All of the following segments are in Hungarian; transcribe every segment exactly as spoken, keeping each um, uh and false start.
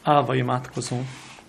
Állva imádkozunk.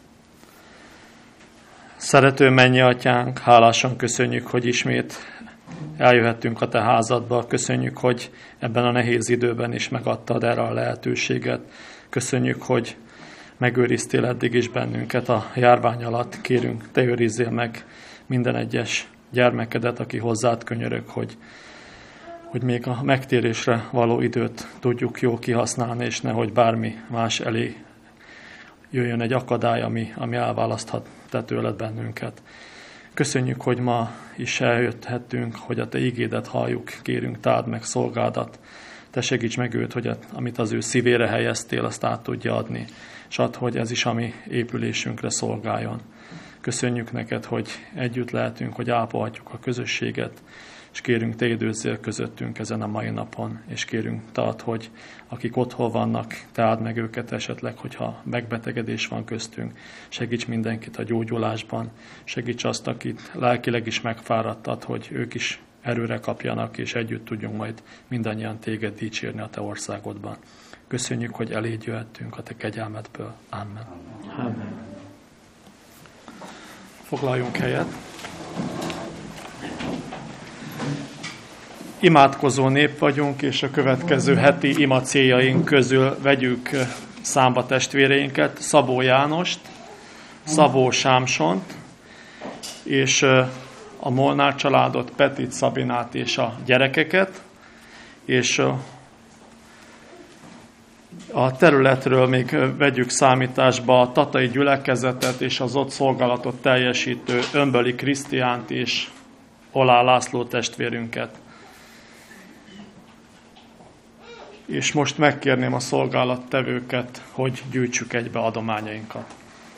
Szerető mennyi atyánk, hálásan köszönjük, hogy ismét eljöhettünk a te házadba. Köszönjük, hogy ebben a nehéz időben is megadtad erre a lehetőséget. Köszönjük, hogy megőriztél eddig is bennünket a járvány alatt. Kérünk, te őrizzél meg minden egyes gyermekedet, aki hozzád könyörög, hogy, hogy még a megtérésre való időt tudjuk jól kihasználni, és nehogy bármi más elé jöjjön egy akadály, ami, ami elválaszthat te tőled bennünket. Köszönjük, hogy ma is eljötthettünk, hogy a te ígédet halljuk, kérünk, táld meg szolgádat. Te segíts meg őt, hogy amit az ő szívére helyeztél, azt át tudja adni, és add, hogy ez is a mi épülésünkre szolgáljon. Köszönjük neked, hogy együtt lehetünk, hogy ápolhatjuk a közösséget, és kérünk, te időzzél közöttünk ezen a mai napon, és kérünk, te add, hogy akik otthon vannak, te áld meg őket esetleg, hogyha megbetegedés van köztünk, segíts mindenkit a gyógyulásban, segíts azt, akit lelkileg is megfáradtad, hogy ők is erőre kapjanak, és együtt tudjunk majd mindannyian téged dicsérni a te országodban. Köszönjük, hogy eléd jöhettünk a te kegyelmedből. Amen. Amen. Foglaljunk helyet. Imádkozó nép vagyunk, és a következő heti ima céljaink közül vegyük számba testvéreinket, Szabó Jánost, Szabó Sámsont, és a Molnár családot, Petit, Szabinát és a gyerekeket, és a területről még vegyük számításba a tatai gyülekezetet és az ott szolgálatot teljesítő Ömböli Krisztiánt és Olá László testvérünket. És most megkérném a szolgálattevőket, hogy gyűjtsük egybe adományainkat.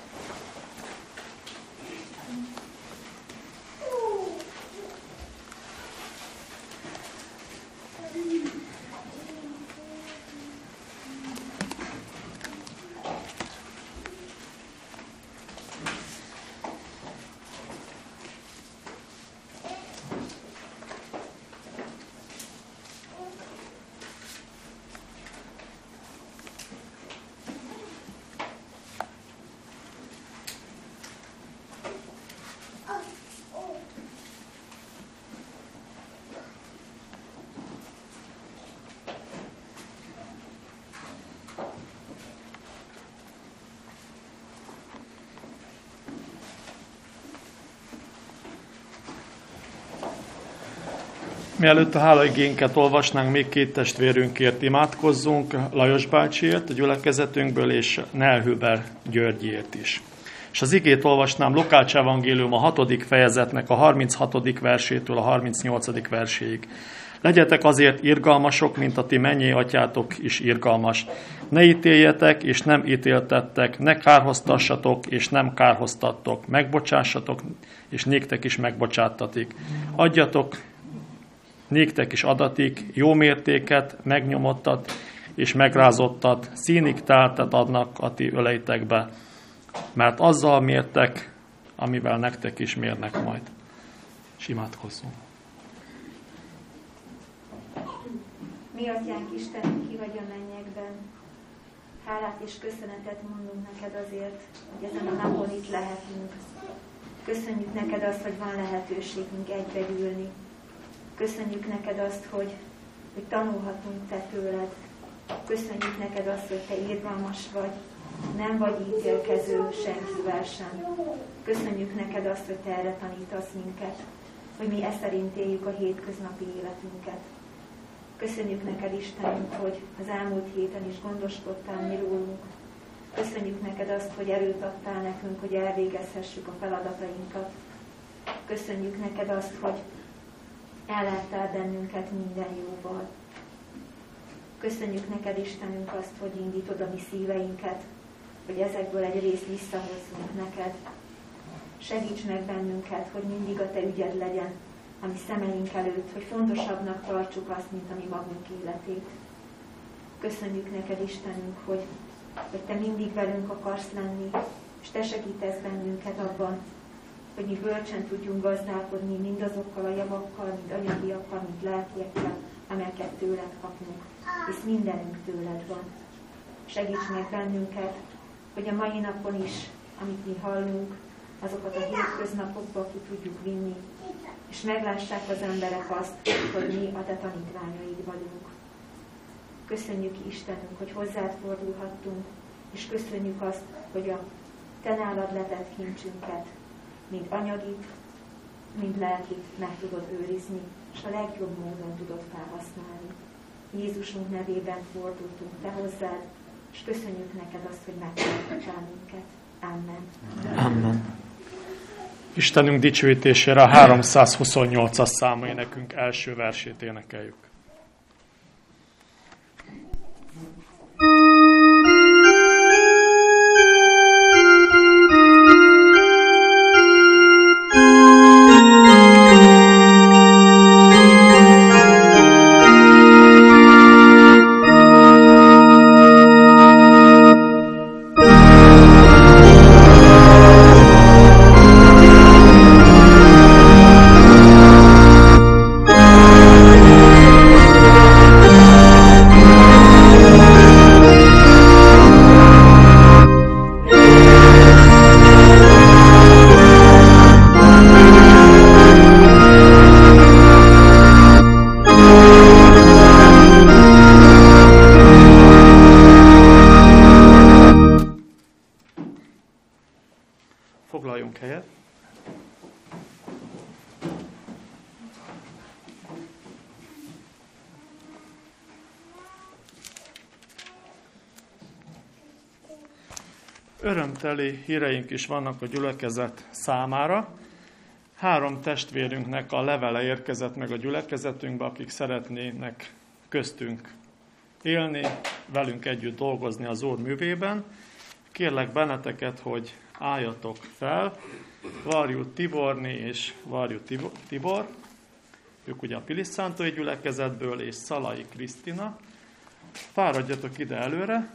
Mielőtt a hálaigénket olvasnánk, még két testvérünkért imádkozzunk, Lajos bácsiért, a gyülekezetünkből, és Nelhüber Györgyért is. És az igét olvasnám Lukács evangélium a hatodik fejezetnek a harminchatodik versétől a harmincnyolcadik verséig. Legyetek azért irgalmasok, mint a ti mennyei atyátok is irgalmas. Ne ítéljetek, és nem ítéltettek, ne kárhoztassatok, és nem kárhoztattok. Megbocsássatok, és néktek is megbocsáttatik. Adjatok, néktek is adatik, jó mértéket, megnyomottat és megrázottat, színig táltat adnak a ti öleitekbe, mert azzal mértek, amivel nektek is mérnek majd. És imádkozzunk. Mi atyánk Istenünk, ki vagy a mennyekben, hálát és köszönetet mondunk neked azért, hogy ezen a napon itt lehetünk. Köszönjük neked azt, hogy van lehetőségünk egybegyűlni. Köszönjük neked azt, hogy, hogy tanulhatunk te tőled. Köszönjük neked azt, hogy te irgalmas vagy, nem vagy ítélkező senkivel sem. Köszönjük neked azt, hogy te erre tanítasz minket, hogy mi e szerint éljük a hétköznapi életünket. Köszönjük neked, Istenünk, hogy az elmúlt héten is gondoskodtál mi rólunk. Köszönjük neked azt, hogy erőt adtál nekünk, hogy elvégezhessük a feladatainkat. Köszönjük neked azt, hogy elláttál bennünket minden jóval. Köszönjük neked, Istenünk, azt, hogy indítod a mi szíveinket, hogy ezekből egy részt visszahozzunk neked. Segíts meg bennünket, hogy mindig a te ügyed legyen, ami szemeink előtt, hogy fontosabbnak tartsuk azt, mint a mi magunk életét. Köszönjük neked, Istenünk, hogy, hogy te mindig velünk akarsz lenni, és te segítesz bennünket abban, hogy mi bölcsen tudjunk gazdálkodni mindazokkal a javakkal, mind anyagiakkal, mind lelkiekkel, amelyeket tőled kapunk, hisz mindenünk tőled van. Segíts meg bennünket, hogy a mai napon is, amit mi hallunk, azokat a hétköznapokba ki tudjuk vinni, és meglássák az emberek azt, hogy mi a te tanítványaid vagyunk. Köszönjük, Istenünk, hogy hozzád fordulhattunk, és köszönjük azt, hogy a te nálad letett kincsünket, mind anyagit, mind lelkit meg tudod őrizni, és a legjobb módon tudod felhasználni. Jézusunk nevében fordultunk te hozzád, és köszönjük neked azt, hogy megtartottál minket. Amen. Amen. Istenünk dicsőítésére a háromszázhuszonnyolcas számú énekünk első versét énekeljük. Foglaljunk helyet. Örömteli híreink is vannak a gyülekezet számára. Három testvérünknek a levele érkezett meg a gyülekezetünkbe, akik szeretnének köztünk élni, velünk együtt dolgozni az Úr művében. Kérlek benneteket, hogy álljatok fel. Varjú Tiborni és Varjú Tibor, ők ugye a Pilisszántói gyülekezetből, és Szalai Krisztina. Fáradjatok ide előre.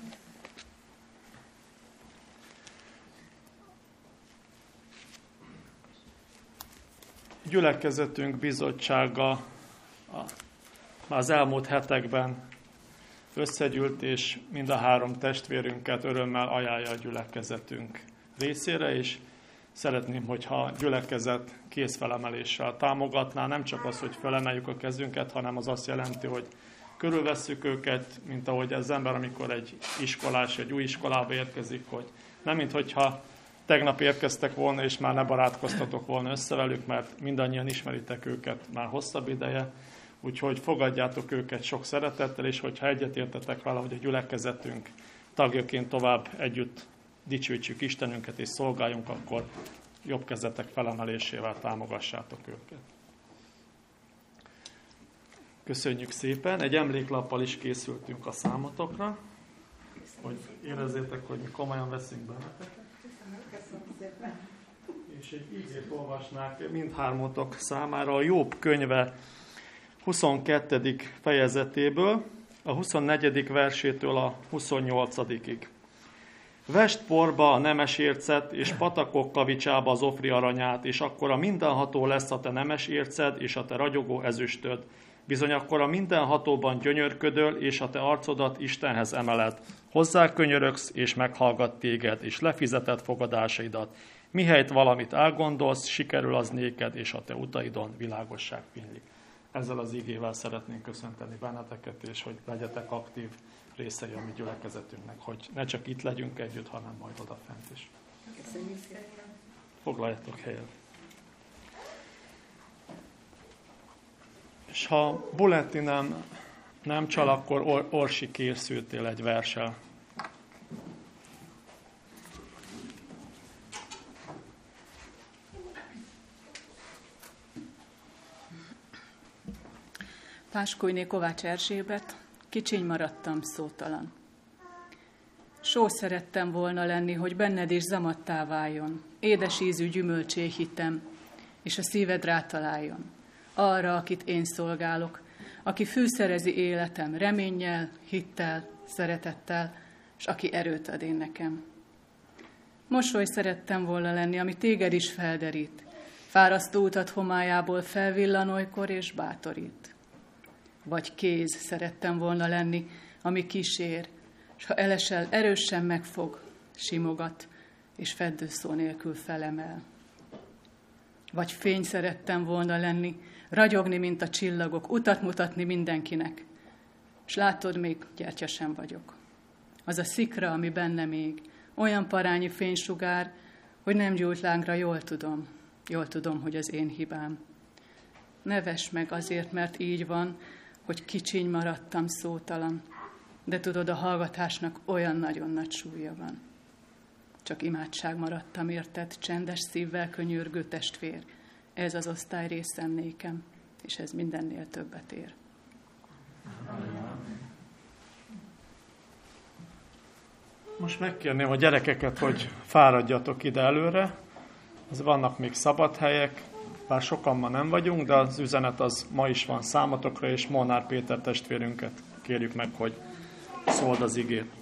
Gyülekezetünk bizottsága az elmúlt hetekben összegyűlt, és mind a három testvérünket örömmel ajánlja a gyülekezetünk részére, és szeretném, hogyha a gyülekezet kézfelemeléssel támogatná, nem csak az, hogy felemeljük a kezünket, hanem az azt jelenti, hogy körülvesszük őket, mint ahogy az ember, amikor egy iskolás, egy új iskolába érkezik, hogy nem minthogyha tegnap érkeztek volna, és már ne barátkoztatok volna össze velük, mert mindannyian ismeritek őket már hosszabb ideje, úgyhogy fogadjátok őket sok szeretettel, és hogyha egyetértetek vele, hogy a gyülekezetünk tagjaként tovább együtt dicsőítsük Istenünket és szolgáljunk, akkor jobb kezetek felemelésével támogassátok őket. Köszönjük szépen! Egy emléklappal is készültünk a számotokra, hogy érezzétek, hogy mi komolyan veszünk benneteket. És egy ígét olvasnák mindhármatok számára a Jobb könyve huszonkettedik fejezetéből, a huszonnegyedik versétől a huszonnyolcadikig. Vest porba a nemes ércet, és patakok kavicsába az ofri aranyát, és akkor a mindenható lesz a te nemes érced, és a te ragyogó ezüstöd. Bizony akkor a mindenhatóban gyönyörködöl, és a te arcodat Istenhez emeled. Hozzá könyörögsz, és meghallgat téged, és lefizeted fogadásaidat. Mihelyt valamit elgondolsz, sikerül az néked, és a te utaidon világosság fénylik. Ezzel az igével szeretnénk köszönteni benneteket, és hogy legyetek aktív részei a mi gyülekezetünknek, hogy ne csak itt legyünk együtt, hanem majd odafent is. Foglaljatok helyet. És ha bulletinem nem csal, akkor Or- Orsi készültél egy verssel. Páskújné Kovács Erzsébet, kicsiny maradtam szótalan. Só szerettem volna lenni, hogy benned is zamattá váljon, édes ízű gyümölcsé hitem, és a szíved rátaláljon. Arra, akit én szolgálok, aki fűszerezi életem reménnyel, hittel, szeretettel, és aki erőt ad én nekem. Mosoly szerettem volna lenni, ami téged is felderít, fárasztó utat homályából felvillan olykor és bátorít. Vagy kéz szerettem volna lenni, ami kísér, s ha elesel, erősen megfog, simogat, és feddőszó nélkül felemel. Vagy fény szerettem volna lenni, ragyogni, mint a csillagok, utat mutatni mindenkinek. És látod, még gyertya sem vagyok. Az a szikra, ami benne még, olyan parányi fénysugár, hogy nem gyújt lángra, jól tudom, jól tudom, hogy az én hibám. Ne vess meg azért, mert így van, hogy kicsiny maradtam, szótalan, de tudod, a hallgatásnak olyan nagyon nagy súlya van. Csak imádság maradtam érted, csendes szívvel könyörgő testvér. Ez az osztály részem nékem, és ez mindennél többet ér. Most megkérném a gyerekeket, hogy fáradjatok ide előre. Ez vannak még szabad helyek, bár sokan ma nem vagyunk, de az üzenet az ma is van számotokra, és Molnár Péter testvérünket kérjük meg, hogy szóld az igét.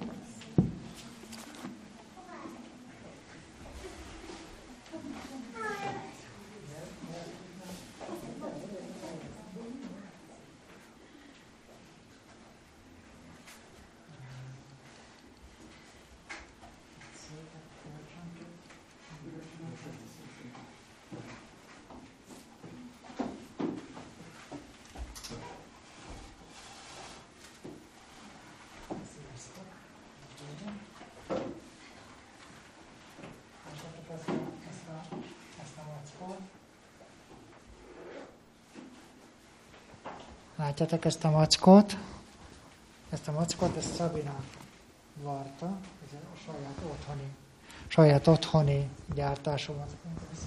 Látjátok ezt a mackót? Ezt a mackót, ezt Szabina varta, ez a saját otthoni, saját otthoni gyártású mackó.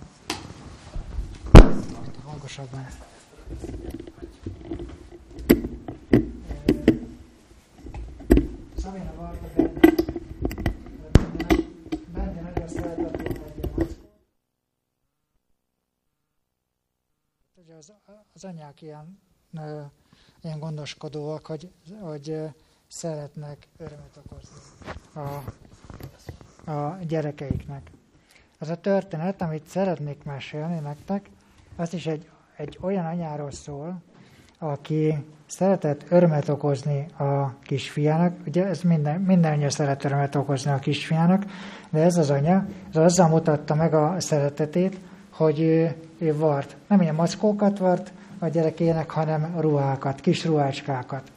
Hallgasabban. Szabina varta benne. Benne nagyon szeretett volna egy ilyen mackót. Ugye az, az anyák ilyen ilyen gondoskodóak, hogy, hogy szeretnek örömet okozni a, a gyerekeiknek. Ez a történet, amit szeretnék mesélni nektek, az is egy, egy olyan anyáról szól, aki szeretett örömet okozni a kisfiának. Ugye ez minden, minden anya szeret örömet okozni a kisfiának, de ez az anya, ez azzal mutatta meg a szeretetét, hogy ő, ő vart. Nem ilyen mackókat vart a gyerekének, hanem ruhákat, kis ruhácskákat.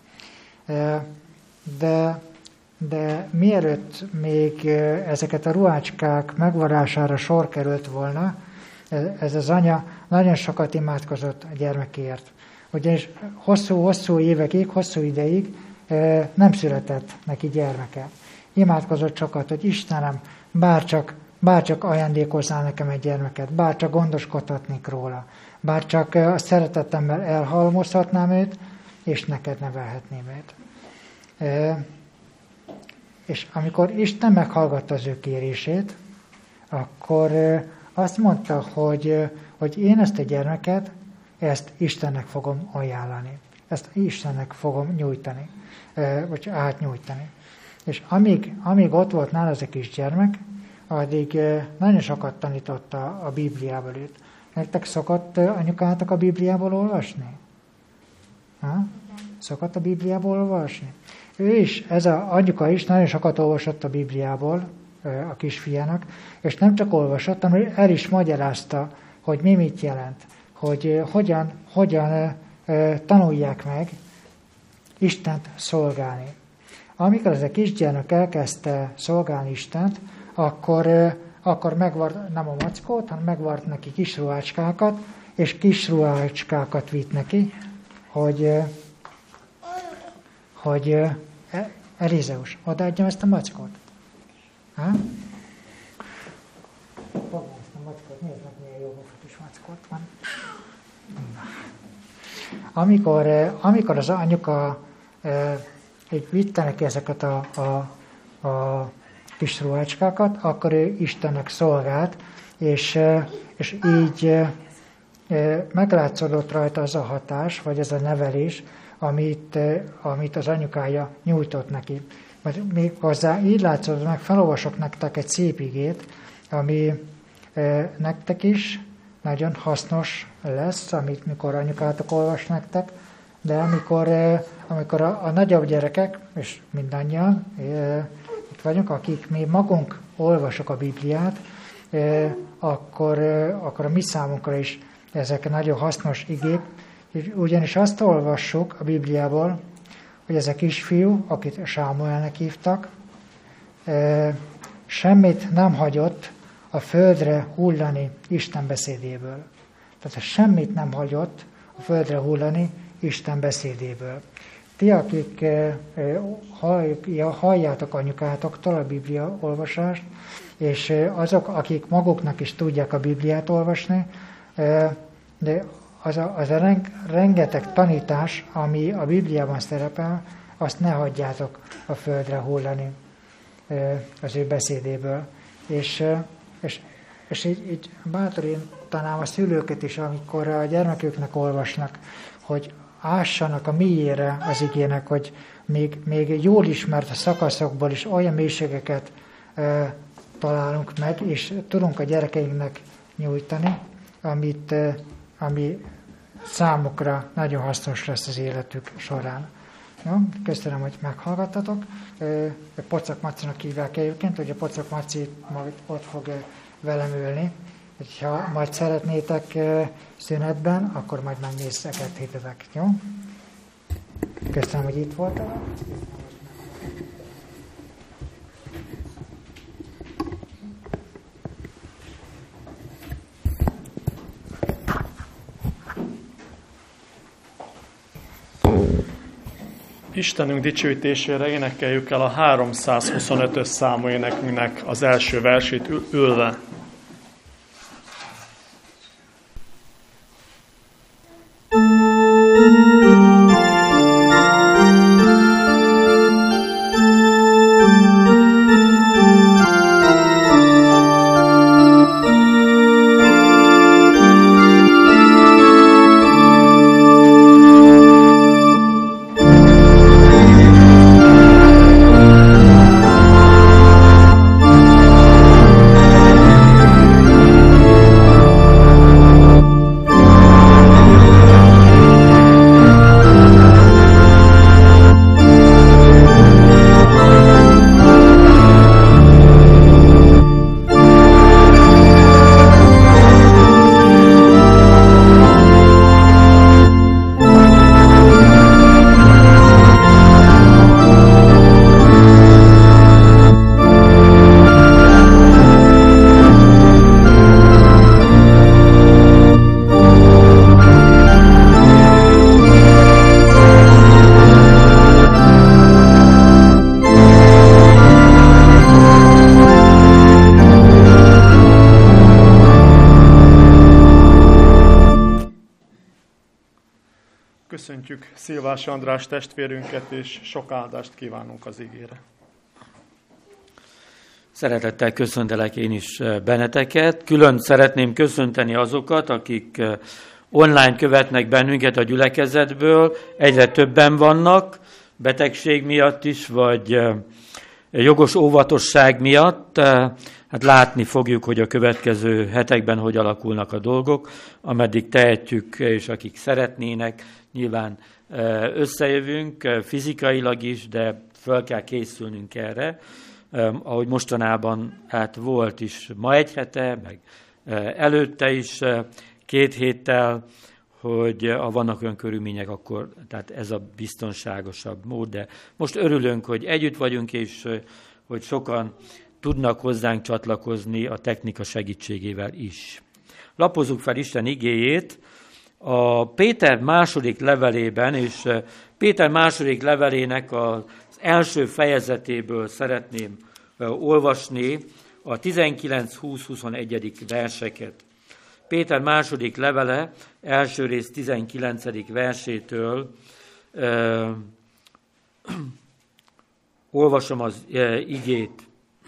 De, de mielőtt még ezeket a ruhácskák megvarására sor került volna, ez az anya nagyon sokat imádkozott a gyermekéért. Ugyanis hosszú-hosszú évekig, hosszú ideig nem született neki gyermeke. Imádkozott sokat, hogy Istenem, bárcsak, bárcsak ajándékozzál nekem egy gyermeket, bárcsak gondoskodhatnék róla, bárcsak a szeretetemmel elhalmozhatnám őt, és neked nevelhetném őt. E, és amikor Isten meghallgatta az ő kérését, akkor azt mondta, hogy, hogy én ezt a gyermeket, ezt Istennek fogom ajánlani. Ezt Istennek fogom nyújtani, vagy átnyújtani. És amíg, amíg ott volt nála az a kis gyermek, addig nagyon sokat tanította a Bibliából őt. Nektek szokott anyukátok a Bibliából olvasni? Ha? Szokott a Bibliából olvasni? Ő is, ez az anyuka is nagyon sokat olvasott a Bibliából a kisfiának, és nem csak olvasott, hanem el is magyarázta, hogy mi mit jelent, hogy hogyan, hogyan tanulják meg Istent szolgálni. Amikor ez a kisgyermek elkezdte szolgálni Istent, akkor, akkor megvart nem a mackót, hanem megvart neki kis ruhácskákat, és kis ruhácskákat vitt neki, hogy, hogy Elizeus, odaadjam ezt a mackót. Ha? Fogd ezt a mackót, nézd meg, milyen jó kis mackót van. Amikor, amikor az anyuka így vitte neki ezeket a, a, a kis ruhácskákat, akkor ő Istennek szolgált, és, és így meglátszódott rajta az a hatás, vagy ez a nevelés, amit, amit az anyukája nyújtott neki. Mert még hozzá így látszódott meg, felolvasok nektek egy szép igét, ami nektek is nagyon hasznos lesz, amit mikor anyukátok olvas nektek, de amikor, amikor a, a nagyobb gyerekek, és mindannyian, itt vagyunk, akik mi magunk olvasok a Bibliát, akkor, akkor a mi számunkra is ezek nagyon hasznos igék, ugyanis azt olvassuk a Bibliából, hogy ez a kisfiú, akit Sámuelnek hívtak, semmit nem hagyott a földre hullani Isten beszédéből. Tehát semmit nem hagyott a földre hullani Isten beszédéből. Ti, akik halljátok anyukátoktól a Biblia olvasást, és azok, akik maguknak is tudják a Bibliát olvasni, de az a, az a rengeteg tanítás, ami a Bibliában szerepel, azt ne hagyjátok a földre hullani az ő beszédéből. És, és, és így, így bátorítanám a szülőket is, amikor a gyermeküknek olvasnak, hogy ássanak a mélyére az igének, hogy még, még jól ismert szakaszokból is olyan mélységeket e, találunk meg, és tudunk a gyerekeinknek nyújtani, amit, e, ami számukra nagyon hasznos lesz az életük során. Jó? Köszönöm, hogy meghallgattatok. E, Pocak Macinak hívják egyébként, hogy a Pocak Maci majd ott fog velem ülni. Ha majd szeretnétek szünetben, akkor majd megnézheetitek, jó? Köszönöm, hogy itt voltál. Istenünk dicsőítésére énekeljük el a háromszázhuszonötös számú énekünknek az első versét ülve. Köszöntjük Szilvás András testvérünket, és sok áldást kívánunk az igére. Szeretettel köszöntelek én is benneteket. Külön szeretném köszönteni azokat, akik online követnek bennünket a gyülekezetből. Egyre többen vannak, betegség miatt is, vagy jogos óvatosság miatt. Hát látni fogjuk, hogy a következő hetekben hogy alakulnak a dolgok, ameddig tehetjük, és akik szeretnének, nyilván összejövünk fizikailag is, de fel kell készülnünk erre, ahogy mostanában hát volt is ma egy hete, meg előtte is két héttel, hogy ha vannak olyan körülmények, akkor tehát ez a biztonságosabb mód, de most örülünk, hogy együtt vagyunk, és hogy sokan tudnak hozzánk csatlakozni a technika segítségével is. Lapozzuk fel Isten igéjét a Péter második levelében, és Péter második levelének az első fejezetéből szeretném olvasni a tizenkilenc, húsz, huszonegyedik verseket. Péter második levele, első rész tizenkilencedik versétől uh, olvasom az uh, igét.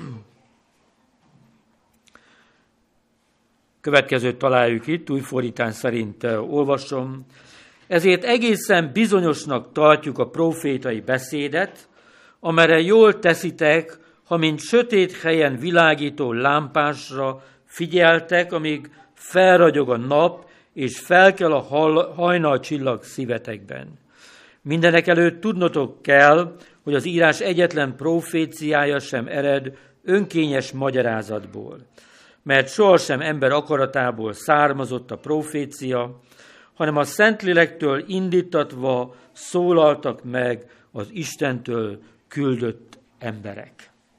Következőt találjuk itt, új fordítás szerint uh, olvasom. Ezért egészen bizonyosnak tartjuk a prófétai beszédet, amelyre jól teszitek, ha mint sötét helyen világító lámpásra figyeltek, amíg felragyog a nap, és felkel a hajnalcsillag szívetekben. Mindenek előtt tudnotok kell, hogy az írás egyetlen proféciája sem ered önkényes magyarázatból, mert sohasem ember akaratából származott a profécia, hanem a Szentlélektől indítatva szólaltak meg az Istentől küldött emberek.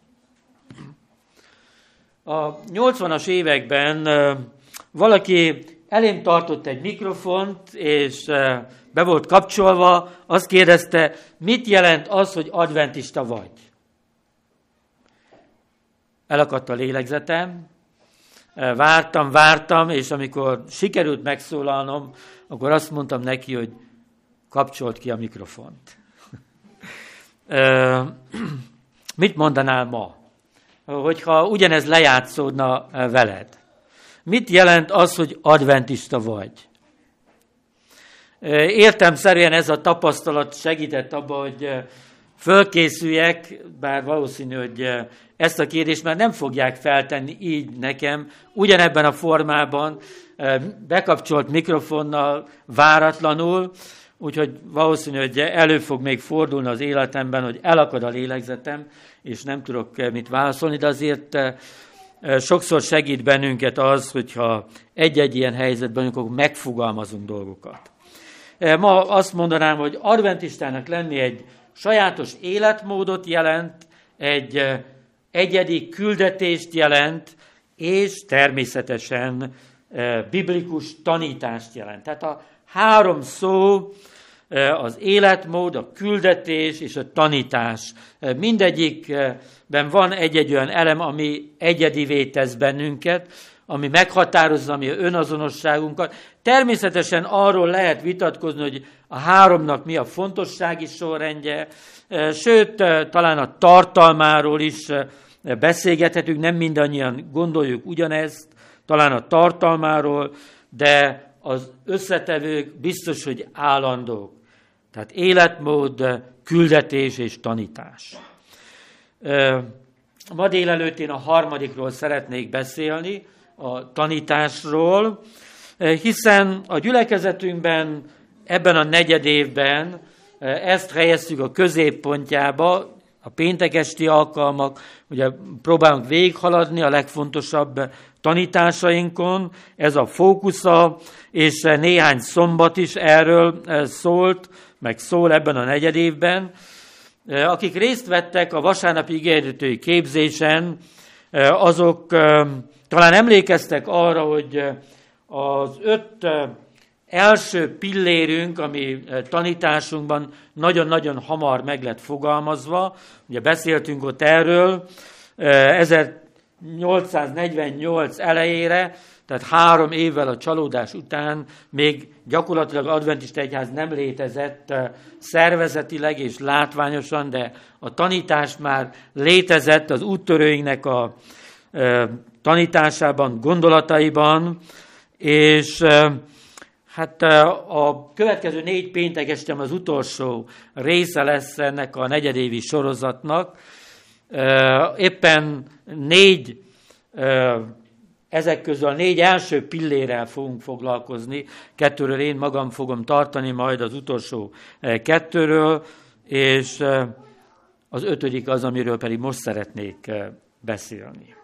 A nyolcvanas években valaki elém tartott egy mikrofont, és be volt kapcsolva, azt kérdezte, mit jelent az, hogy adventista vagy? Elakadt a lélegzetem, vártam, vártam, és amikor sikerült megszólalnom, akkor azt mondtam neki, hogy kapcsolt ki a mikrofont. Mit mondanál ma, hogyha ugyanez lejátszódna veled? Mit jelent az, hogy adventista vagy? Értelemszerűen ez a tapasztalat segített abban, hogy fölkészüljek, bár valószínű, hogy ezt a kérdést már nem fogják feltenni így nekem, ugyanebben a formában, bekapcsolt mikrofonnal, váratlanul, úgyhogy valószínű, hogy elő fog még fordulni az életemben, hogy elakad a lélegzetem, és nem tudok mit válaszolni, de azért sokszor segít bennünket az, hogyha egy-egy ilyen helyzetben, amikor megfogalmazunk dolgokat. Ma azt mondanám, hogy adventistának lenni egy sajátos életmódot jelent, egy egyedi küldetést jelent, és természetesen biblikus tanítást jelent. Tehát a három szó, az életmód, a küldetés és a tanítás. Mindegyikben van egy-egy olyan elem, ami egyedivé tesz bennünket, ami meghatározza a mi önazonosságunkat. Természetesen arról lehet vitatkozni, hogy a háromnak mi a fontossági sorrendje, sőt, talán a tartalmáról is beszélgethetünk, nem mindannyian gondoljuk ugyanezt, talán a tartalmáról, de az összetevők biztos, hogy állandók. Tehát életmód, küldetés és tanítás. Ma délelőtt én a harmadikról szeretnék beszélni, a tanításról, hiszen a gyülekezetünkben ebben a negyedévben ezt helyeztük a középpontjába, a péntekesti alkalmak, ugye próbálunk végighaladni a legfontosabb tanításainkon, ez a fókusza, és néhány szombat is erről szólt, meg szól ebben a negyedévben. Akik részt vettek a vasárnapi ígérgetői képzésen, azok talán emlékeztek arra, hogy az öt első pillérünk, ami tanításunkban nagyon-nagyon hamar meg lett fogalmazva, ugye beszéltünk ott erről, ezernyolcszáznegyvennyolc elejére, tehát három évvel a csalódás után még gyakorlatilag adventista egyház nem létezett szervezetileg és látványosan, de a tanítás már létezett az úttörőinknek a tanításában, gondolataiban, és hát a következő négy péntek estem az utolsó része lesz ennek a negyedévi sorozatnak. Éppen négy, ezek közül a négy első pillérrel fogunk foglalkozni. Kettőről én magam fogom tartani, majd az utolsó kettőről, és az ötödik az, amiről pedig most szeretnék beszélni.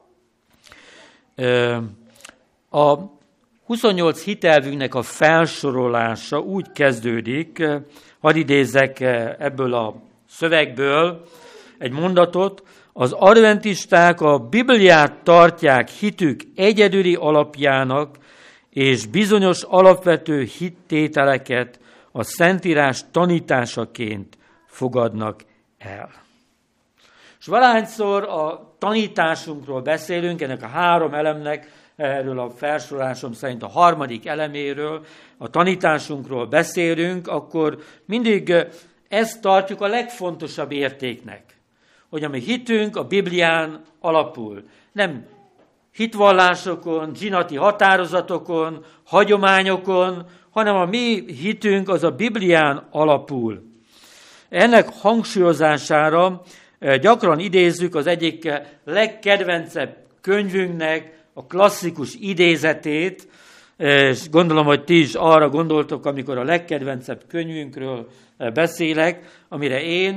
A huszonnyolc hitelvünknek a felsorolása úgy kezdődik, hadd idézzek ebből a szövegből egy mondatot, az adventisták a Bibliát tartják hitük egyedüli alapjának, és bizonyos alapvető hittételeket a Szentírás tanításaként fogadnak el. És valahányszor a tanításunkról beszélünk, ennek a három elemnek, erről a felsorolásom szerint a harmadik eleméről, a tanításunkról beszélünk, akkor mindig ezt tartjuk a legfontosabb értéknek, hogy a mi hitünk a Biblián alapul. Nem hitvallásokon, zsinati határozatokon, hagyományokon, hanem a mi hitünk az a Biblián alapul. Ennek hangsúlyozására gyakran idézzük az egyik legkedvencebb könyvünknek a klasszikus idézetét, és gondolom, hogy ti is arra gondoltok, amikor a legkedvencebb könyvünkről beszélek, amire én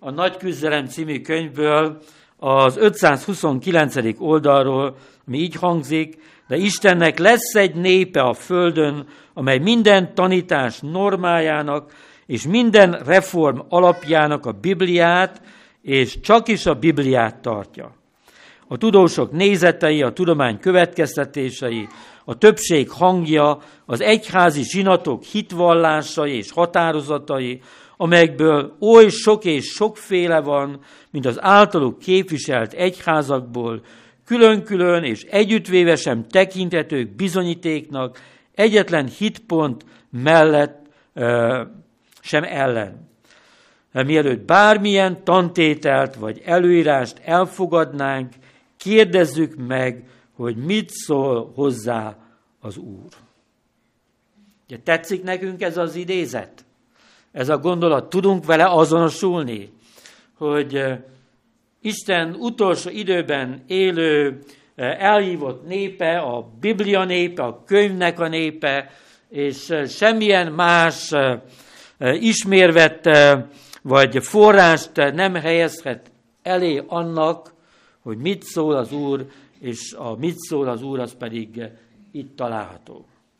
a Nagy Küzdelem című könyvből, az ötszázhuszonkilencedik oldalról, ami így hangzik: de Istennek lesz egy népe a földön, amely minden tanítás normájának és minden reform alapjának a Bibliát, és csak is a Bibliát tartja. A tudósok nézetei, a tudomány következtetései, a többség hangja, az egyházi zsinatok hitvallásai és határozatai, amelyekből oly sok és sokféle van, mint az általuk képviselt egyházakból, külön-külön és együttvéve sem tekinthetők bizonyítéknak, egyetlen hitpont mellett ö, sem ellen. Mielőtt bármilyen tantételt vagy előírást elfogadnánk, kérdezzük meg, hogy mit szól hozzá az Úr. Ugye, tetszik nekünk ez az idézet? Ez a gondolat, tudunk vele azonosulni, hogy Isten utolsó időben élő, elhívott népe, a Biblia népe, a könyvnek a népe, és semmilyen más ismérvet vagy forrást nem helyezhet elé annak, hogy mit szól az Úr, és a mit szól az Úr, az pedig itt található.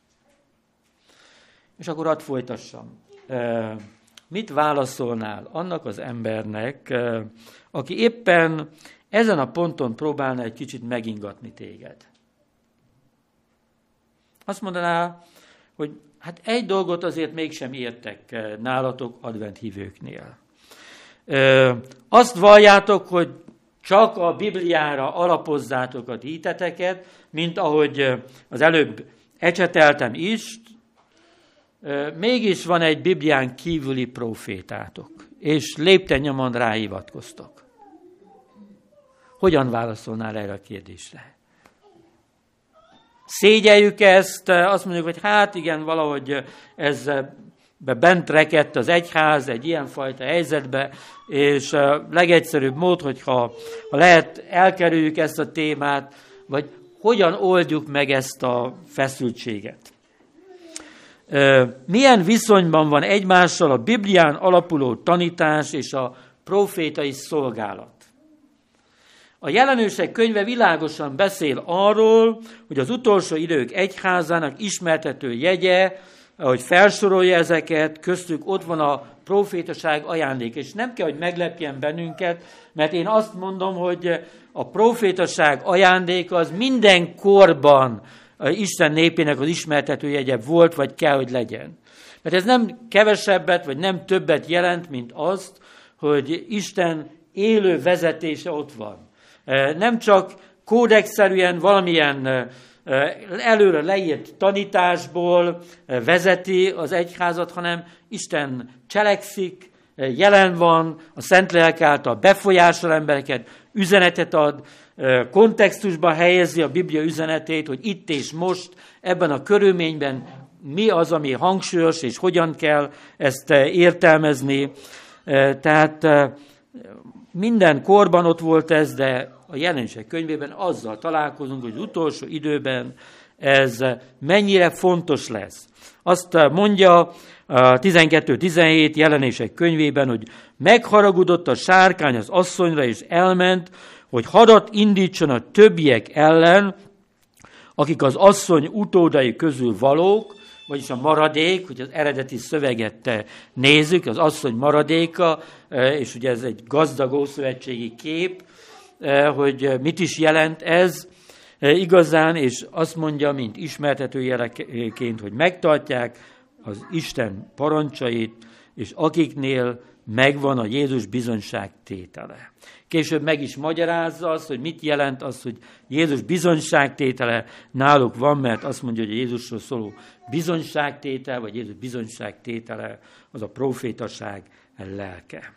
És akkor hadd folytassam. Mit válaszolnál annak az embernek, aki éppen ezen a ponton próbálna egy kicsit megingatni téged? Azt mondaná, hogy hát egy dolgot azért mégsem értek nálatok adventhívőknél. Azt valljátok, hogy csak a Bibliára alapozzátok a hiteteket, mint ahogy az előbb ecseteltem is, mégis van egy Biblián kívüli profétátok, és lépten nyomon ráhivatkoztok. Hogyan válaszolnál erre a kérdésre? Szégyeljük ezt, azt mondjuk, hogy hát igen, valahogy ez bent rekedt az egyház egy ilyenfajta helyzetbe, és a legegyszerűbb mód, hogyha ha lehet, elkerüljük ezt a témát, vagy hogyan oldjuk meg ezt a feszültséget. Milyen viszonyban van egymással a Biblián alapuló tanítás és a profétai szolgálat? A Jelenések könyve világosan beszél arról, hogy az utolsó idők egyházának ismertető jegye, ahogy felsorolja ezeket, köztük ott van a profétaság ajándék. És nem kell, hogy meglepjen bennünket, mert én azt mondom, hogy a profétaság ajándék az minden korban Isten népének az ismertető jegye volt, vagy kell, hogy legyen. Mert ez nem kevesebbet, vagy nem többet jelent, mint azt, hogy Isten élő vezetése ott van. Nem csak kódexszerűen valamilyen előre leírt tanításból vezeti az egyházat, hanem Isten cselekszik, jelen van, a Szentlélek által befolyásol embereket, üzenetet ad, kontextusba helyezi a Biblia üzenetét, hogy itt és most, ebben a körülményben mi az, ami hangsúlyos, és hogyan kell ezt értelmezni. Tehát minden korban ott volt ez, de a Jelenések könyvében azzal találkozunk, hogy az utolsó időben ez mennyire fontos lesz. Azt mondja a tizenkettő tizenhét Jelenések könyvében, hogy megharagudott a sárkány az asszonyra, és elment, hogy hadat indítson a többiek ellen, akik az asszony utódai közül valók, vagyis a maradék, hogy az eredeti szöveget nézzük, az asszony maradéka, és ugye ez egy gazdag ószövetségi kép, hogy mit is jelent ez igazán, és azt mondja, mint ismertető jeleként, hogy megtartják az Isten parancsait, és akiknél megvan a Jézus bizonyság tétele. Később meg is magyarázza azt, hogy mit jelent az, hogy Jézus bizonyságtétele náluk van, mert azt mondja, hogy Jézusról szóló bizonyságtétel, vagy Jézus bizonyságtétele az a profétaság lelke.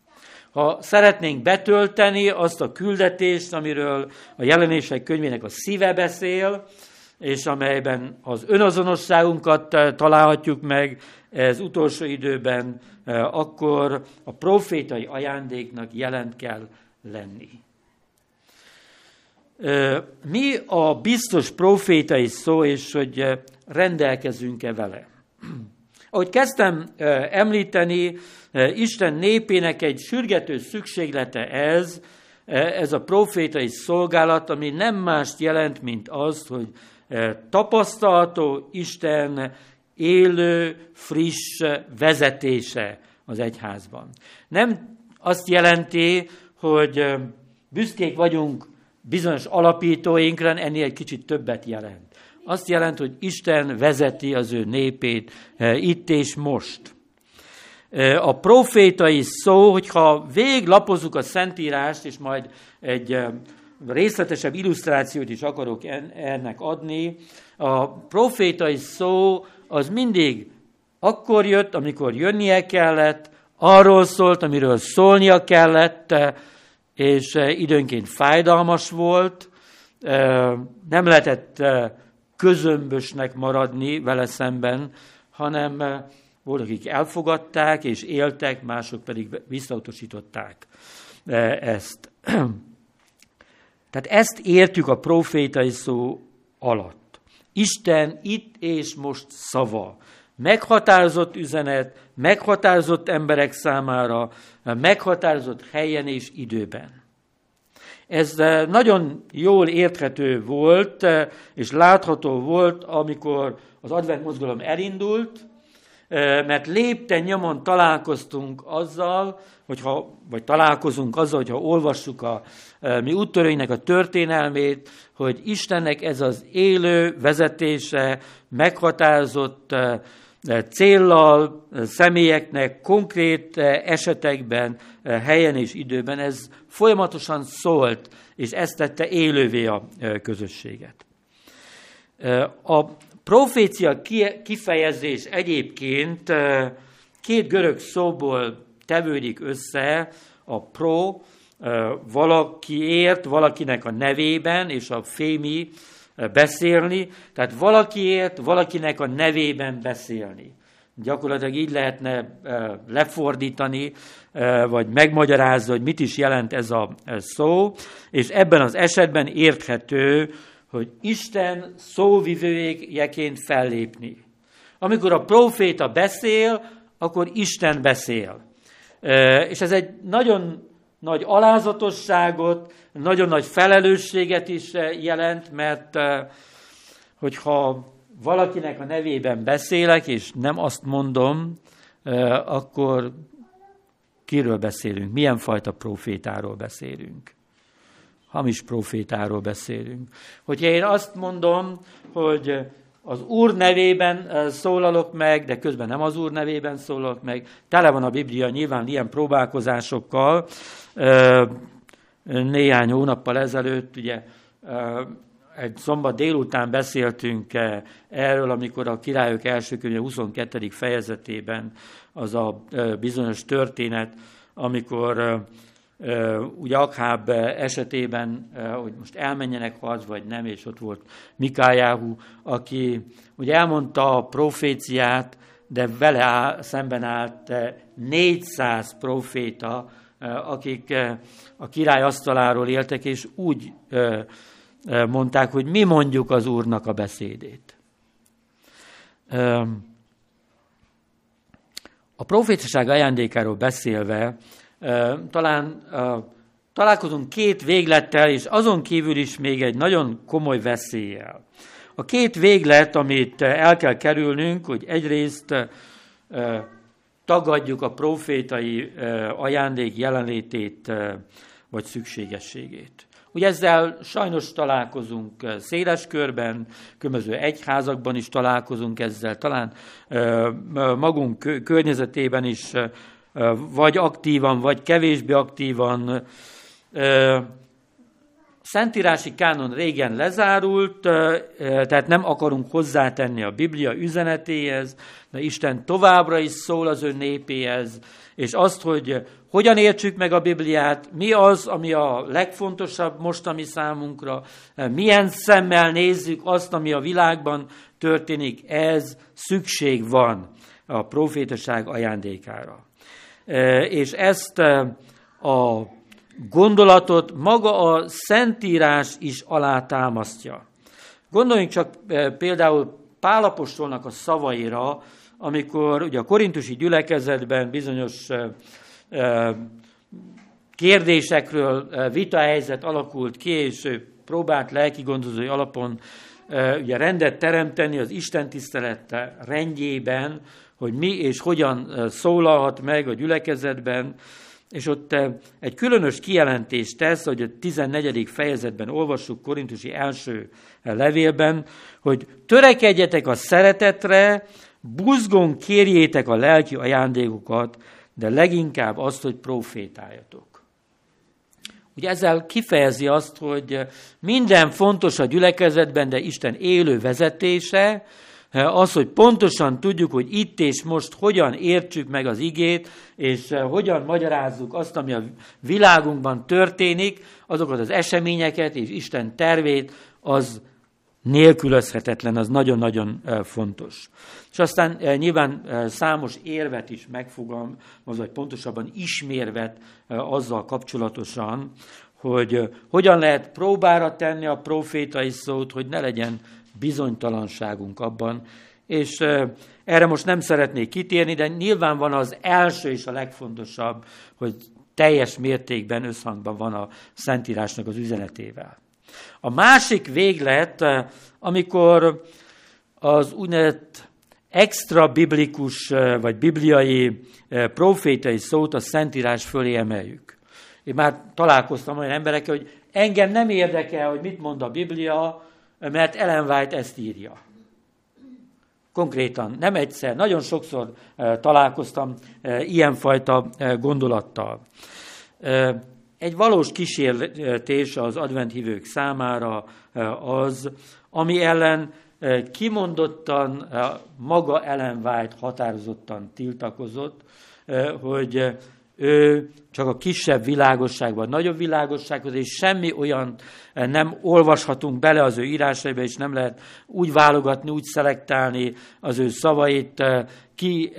Ha szeretnénk betölteni azt a küldetést, amiről a Jelenések könyvének a szíve beszél, és amelyben az önazonosságunkat találhatjuk meg ez utolsó időben, akkor a profétai ajándéknak jelent kell lenni. Mi a biztos profétai szó, és hogy rendelkezünk-e vele? Ahogy kezdtem említeni, Isten népének egy sürgető szükséglete ez, ez a profétai szolgálat, ami nem mást jelent, mint az, hogy tapasztalható Isten élő, friss vezetése az egyházban. Nem azt jelenti, hogy büszkék vagyunk bizonyos alapítóinkra, ennél egy kicsit többet jelent. Azt jelent, hogy Isten vezeti az ő népét itt és most. A profétai szó, hogyha végiglapozzuk a Szentírást, és majd egy részletesebb illusztrációt is akarok ennek adni, a profétai szó az mindig akkor jött, amikor jönnie kellett, arról szólt, amiről szólnia kellett, és időnként fájdalmas volt, nem lehetett közömbösnek maradni vele szemben, hanem volt, akik elfogadták és éltek, mások pedig visszautasították ezt. Tehát ezt értjük a profétai szó alatt. Isten itt és most szava. Meghatározott üzenet, meghatározott emberek számára, meghatározott helyen és időben. Ez nagyon jól érthető volt, és látható volt, amikor az advent mozgalom elindult, mert lépten nyomon találkoztunk azzal, hogyha, vagy találkozunk azzal, hogyha olvassuk a mi úttörőinek a történelmét, hogy Istennek ez az élő vezetése, meghatározott céllal, személyeknek, konkrét esetekben, helyen és időben, ez folyamatosan szólt, és ezt tette élővé a közösséget. A profécia kifejezés egyébként két görög szóból tevődik össze, a pro, valakiért, valakinek a nevében, és a fémi, beszélni, tehát valakiért, valakinek a nevében beszélni. Gyakorlatilag így lehetne lefordítani, vagy megmagyarázni, hogy mit is jelent ez a szó, és ebben az esetben érthető, hogy Isten szóvivőjeként fellépni. Amikor a próféta beszél, akkor Isten beszél. És ez egy nagyon nagy alázatosságot, nagyon nagy felelősséget is jelent, mert hogyha valakinek a nevében beszélek, és nem azt mondom, akkor kiről beszélünk? Milyen fajta profétáról beszélünk? Hamis profétáról beszélünk. Hogyha én azt mondom, hogy az Úr nevében szólalok meg, de közben nem az Úr nevében szólalok meg, tele van a Biblia nyilván ilyen próbálkozásokkal. Néhány hónappal ezelőtt, ugye egy szombat délután beszéltünk erről, amikor a Királyok első könyve huszonkettedik fejezetében az a bizonyos történet, amikor ugye Akháb esetében, hogy most elmenjenek harc, vagy nem, és ott volt Mikájáhu, aki ugye elmondta a proféciát, de vele áll, szemben állt négyszáz proféta, akik a király asztaláról éltek, és úgy mondták, hogy mi mondjuk az Úrnak a beszédét. A profétaság ajándékáról beszélve, talán találkozunk két véglettel, és azon kívül is még egy nagyon komoly veszéllyel. A két véglet, amit el kell kerülnünk, hogy egyrészt tagadjuk a profétai ajándék jelenlétét vagy szükségességét. Ugye ezzel sajnos találkozunk széles körben, különböző egyházakban is találkozunk ezzel, talán magunk környezetében is vagy aktívan, vagy kevésbé aktívan. Szentírási kánon régen lezárult, tehát nem akarunk hozzátenni a Biblia üzenetéhez, de Isten továbbra is szól az ő népéhez, és azt, hogy hogyan értsük meg a Bibliát, mi az, ami a legfontosabb most a mi számunkra, milyen szemmel nézzük azt, ami a világban történik, ez szükség van a profétaság ajándékára. És ezt a gondolatot maga a Szentírás is alátámasztja. Gondoljunk csak például Pál apostolnak a szavaira amikor ugye a korintusi gyülekezetben bizonyos kérdésekről vitahelyzet alakult ki, és próbált lelki gondozói alapon ugye rendet teremteni az Isten tisztelet rendjében, hogy mi és hogyan szólalhat meg a gyülekezetben, és ott egy különös kijelentést tesz, hogy a tizennegyedik fejezetben olvassuk korintusi első levélben, hogy törekedjetek a szeretetre, buzgón kérjétek a lelki ajándékokat, de leginkább azt, hogy profétáljatok. Ugye ezzel kifejezi azt, hogy minden fontos a gyülekezetben, de Isten élő vezetése, az, hogy pontosan tudjuk, hogy itt és most hogyan értsük meg az igét, és hogyan magyarázzuk azt, ami a világunkban történik, azokat az eseményeket és Isten tervét, az nélkülözhetetlen, az nagyon-nagyon fontos. És aztán nyilván számos érvet is megfogalmaz, vagy pontosabban ismérvet azzal kapcsolatosan, hogy hogyan lehet próbára tenni a profétai szót, hogy ne legyen bizonytalanságunk abban, és erre most nem szeretnék kitérni, de nyilván van az első és a legfontosabb, hogy teljes mértékben összhangban van a Szentírásnak az üzenetével. A másik véglet, amikor az úgynevezett extra biblikus vagy bibliai profétai szót a Szentírás fölé emeljük. Én már találkoztam olyan emberekkel, hogy engem nem érdekel, hogy mit mond a Biblia, mert Ellen White ezt írja. Konkrétan, nem egyszer, nagyon sokszor találkoztam ilyenfajta gondolattal. Egy valós kísértés az adventhívők számára az, ami ellen kimondottan maga Ellen White határozottan tiltakozott, hogy ő csak a kisebb világosságban, nagyobb világossághoz, és semmi olyan nem olvashatunk bele az ő írásaiba, és nem lehet úgy válogatni, úgy szelektálni az ő szavait, ki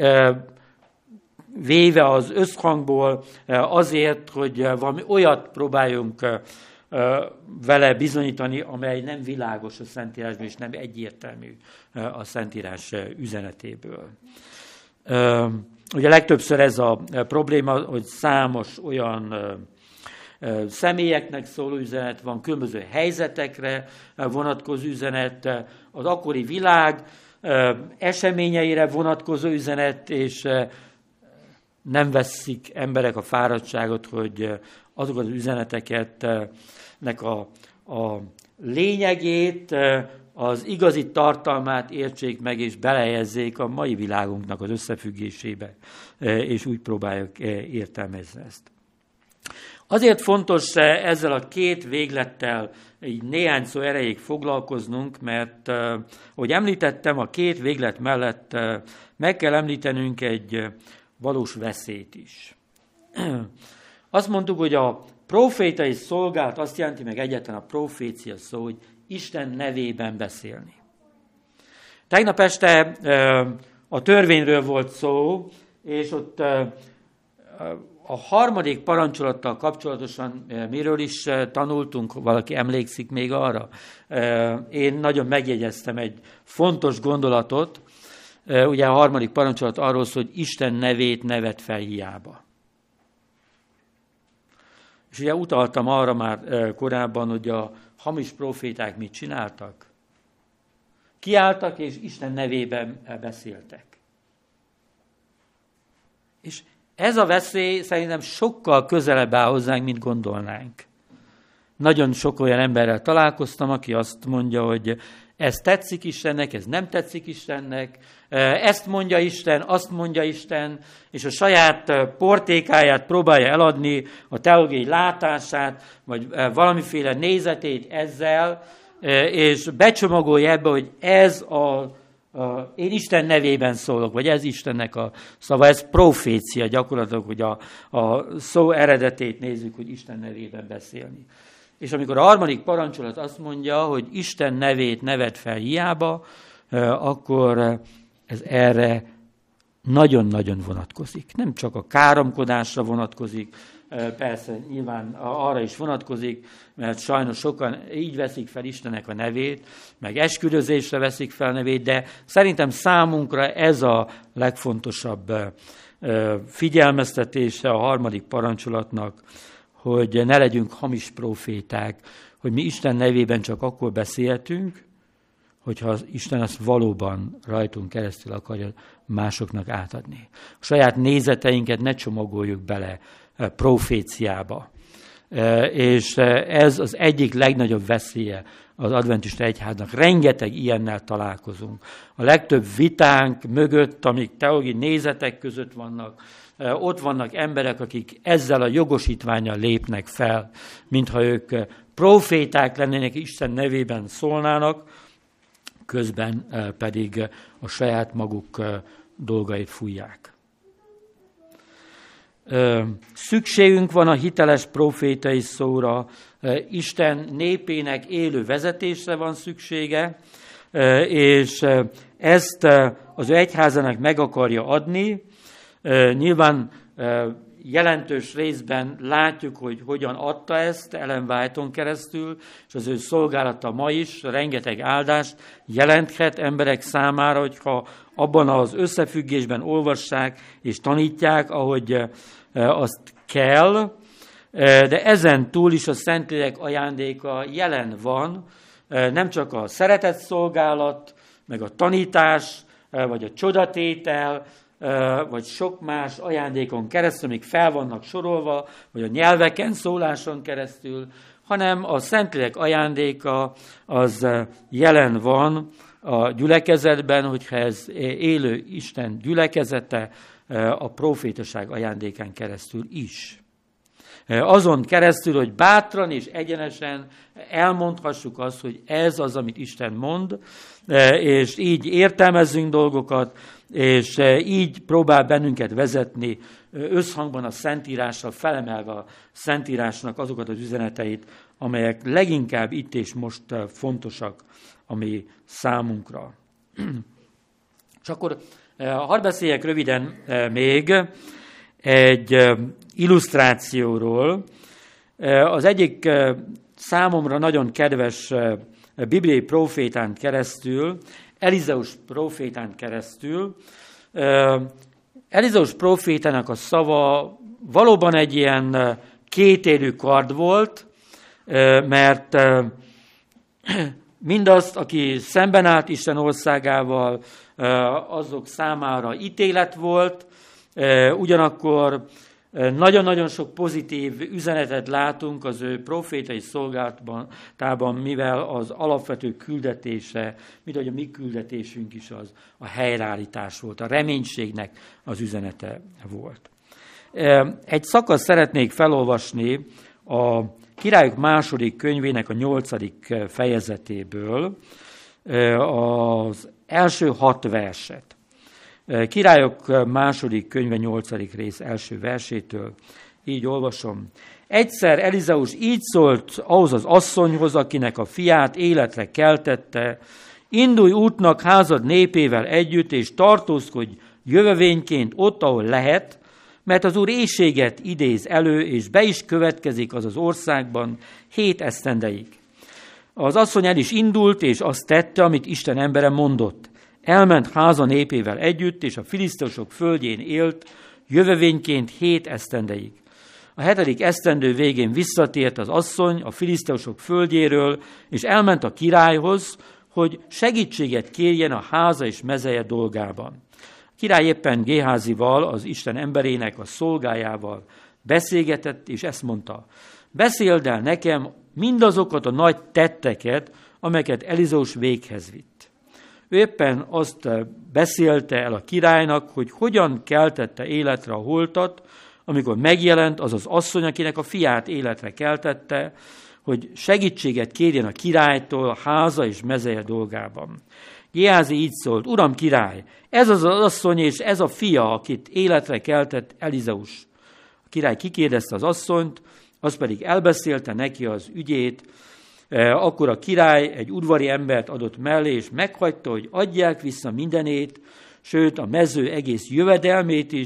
véve az összhangból azért, hogy valami olyat próbáljunk vele bizonyítani, amely nem világos a Szentírásban, és nem egyértelmű a Szentírás üzenetéből. Ugye legtöbbször ez a probléma, hogy számos olyan személyeknek szóló üzenet van, különböző helyzetekre vonatkozó üzenet, az akkori világ eseményeire vonatkozó üzenet, és nem veszik emberek a fáradtságot, hogy azokat az üzeneteket, nek a, a lényegét, az igazi tartalmát értsék meg, és belehelyezzék a mai világunknak az összefüggésébe, és úgy próbáljuk értelmezni ezt. Azért fontos ezzel a két véglettel így néhány szó erejéig foglalkoznunk, mert, ahogy említettem, a két véglet mellett meg kell említenünk egy valós veszélyt is. Azt mondtuk, hogy a profétai szolgálat azt jelenti meg egyetlen a profécia szó, hogy Isten nevében beszélni. Tegnap este a törvényről volt szó, és ott a harmadik parancsolattal kapcsolatosan miről is tanultunk, valaki emlékszik még arra? Én nagyon megjegyeztem egy fontos gondolatot, ugye a harmadik parancsolat arról szól, hogy Isten nevét nevet fel hiába. És ugye utaltam arra már korábban, hogy a hamis proféták mit csináltak? Kiálltak, és Isten nevében beszéltek. És ez a veszély szerintem sokkal közelebb áll hozzánk, mint gondolnánk. Nagyon sok olyan emberrel találkoztam, aki azt mondja, hogy ez tetszik Istennek, ez nem tetszik Istennek, ezt mondja Isten, azt mondja Isten, és a saját portékáját próbálja eladni, a teológiai látását, vagy valamiféle nézetét ezzel, és becsomagolja ebbe, hogy ez a, a én Isten nevében szólok, vagy ez Istennek a szava, ez profécia gyakorlatilag, hogy a, a szó eredetét nézzük, hogy Isten nevében beszélni. És amikor a harmadik parancsolat azt mondja, hogy Isten nevét nevet fel hiába, akkor ez erre nagyon-nagyon vonatkozik. Nem csak a káromkodásra vonatkozik, persze nyilván arra is vonatkozik, mert sajnos sokan így veszik fel Istennek a nevét, meg esküdözésre veszik fel a nevét, de szerintem számunkra ez a legfontosabb figyelmeztetése a harmadik parancsolatnak, hogy ne legyünk hamis proféták, hogy mi Isten nevében csak akkor beszélhetünk, hogyha Isten azt valóban rajtunk keresztül akarja másoknak átadni. A saját nézeteinket ne csomagoljuk bele proféciába. És ez az egyik legnagyobb veszélye az adventista egyháznak. Rengeteg ilyennel találkozunk. A legtöbb vitánk mögött, amik teológiai nézetek között vannak, ott vannak emberek, akik ezzel a jogosítvánnyal lépnek fel, mintha ők proféták lennének, Isten nevében szólnának, közben pedig a saját maguk dolgait fújják. Szükségünk van a hiteles profétai szóra, Isten népének élő vezetésre van szüksége, és ezt az ő egyházának meg akarja adni. Nyilván jelentős részben látjuk, hogy hogyan adta ezt Ellen White-on keresztül, és az ő szolgálata ma is rengeteg áldást jelenthet emberek számára, hogyha abban az összefüggésben olvassák és tanítják, ahogy azt kell, de ezen túl is a Szentlélek ajándéka jelen van, nem csak a szeretett szolgálat, meg a tanítás, vagy a csodatétel, vagy sok más ajándékon keresztül, amik fel vannak sorolva, vagy a nyelveken szóláson keresztül, hanem a Szentlélek ajándéka az jelen van a gyülekezetben, hogyha ez élő Isten gyülekezete, a profétaság ajándékán keresztül is. Azon keresztül, hogy bátran és egyenesen elmondhassuk azt, hogy ez az, amit Isten mond, és így értelmezzünk dolgokat, és így próbál bennünket vezetni összhangban a Szentírással, felemelve a Szentírásnak azokat az üzeneteit, amelyek leginkább itt és most fontosak a mi számunkra. És akkor hadd beszéljek röviden még egy illusztrációról. Az egyik számomra nagyon kedves bibliai profétán keresztül, Elizeus profétán keresztül. Elizeus profétának a szava valóban egy ilyen kétélű kard volt, mert mindazt, aki szemben állt Isten országával, azok számára ítélet volt, ugyanakkor nagyon-nagyon sok pozitív üzenetet látunk az ő profétai szolgálatában, mivel az alapvető küldetése, mint ahogy a mi küldetésünk is az, a helyreállítás volt, a reménységnek az üzenete volt. Egy szakasz szeretnék felolvasni a Királyok második könyvének a nyolcadik fejezetéből, az első hat verset. Királyok második könyve nyolcadik rész első versétől, így olvasom. Egyszer Elizeus így szólt ahhoz az asszonyhoz, akinek a fiát életre keltette, indulj útnak házad népével együtt, és tartózkodj jövevényként ott, ahol lehet, mert az Úr éhséget idéz elő, és be is következik az az országban hét esztendeig. Az asszony el is indult, és azt tette, amit Isten embere mondott. Elment háza népével együtt, és a filiszteusok földjén élt, jövevényként hét esztendeig. A hetedik esztendő végén visszatért az asszony a filiszteusok földjéről, és elment a királyhoz, hogy segítséget kérjen a háza és mezeje dolgában. A király éppen Géházival, az Isten emberének a szolgájával beszélgetett, és ezt mondta, beszéld el nekem mindazokat a nagy tetteket, amelyeket Elizeus véghez vitt. Ő éppen azt beszélte el a királynak, hogy hogyan keltette életre a holtat, amikor megjelent az az asszony, akinek a fiát életre keltette, hogy segítséget kérjen a királytól a háza és mezeje dolgában. Géházi így szólt, Uram király, ez az az asszony és ez a fia, akit életre keltett Elizeus. A király kikérdezte az asszonyt, az pedig elbeszélte neki az ügyét. Akkor a király egy udvari embert adott mellé, és meghagyta, hogy adják vissza mindenét, sőt a mező egész jövedelmét is,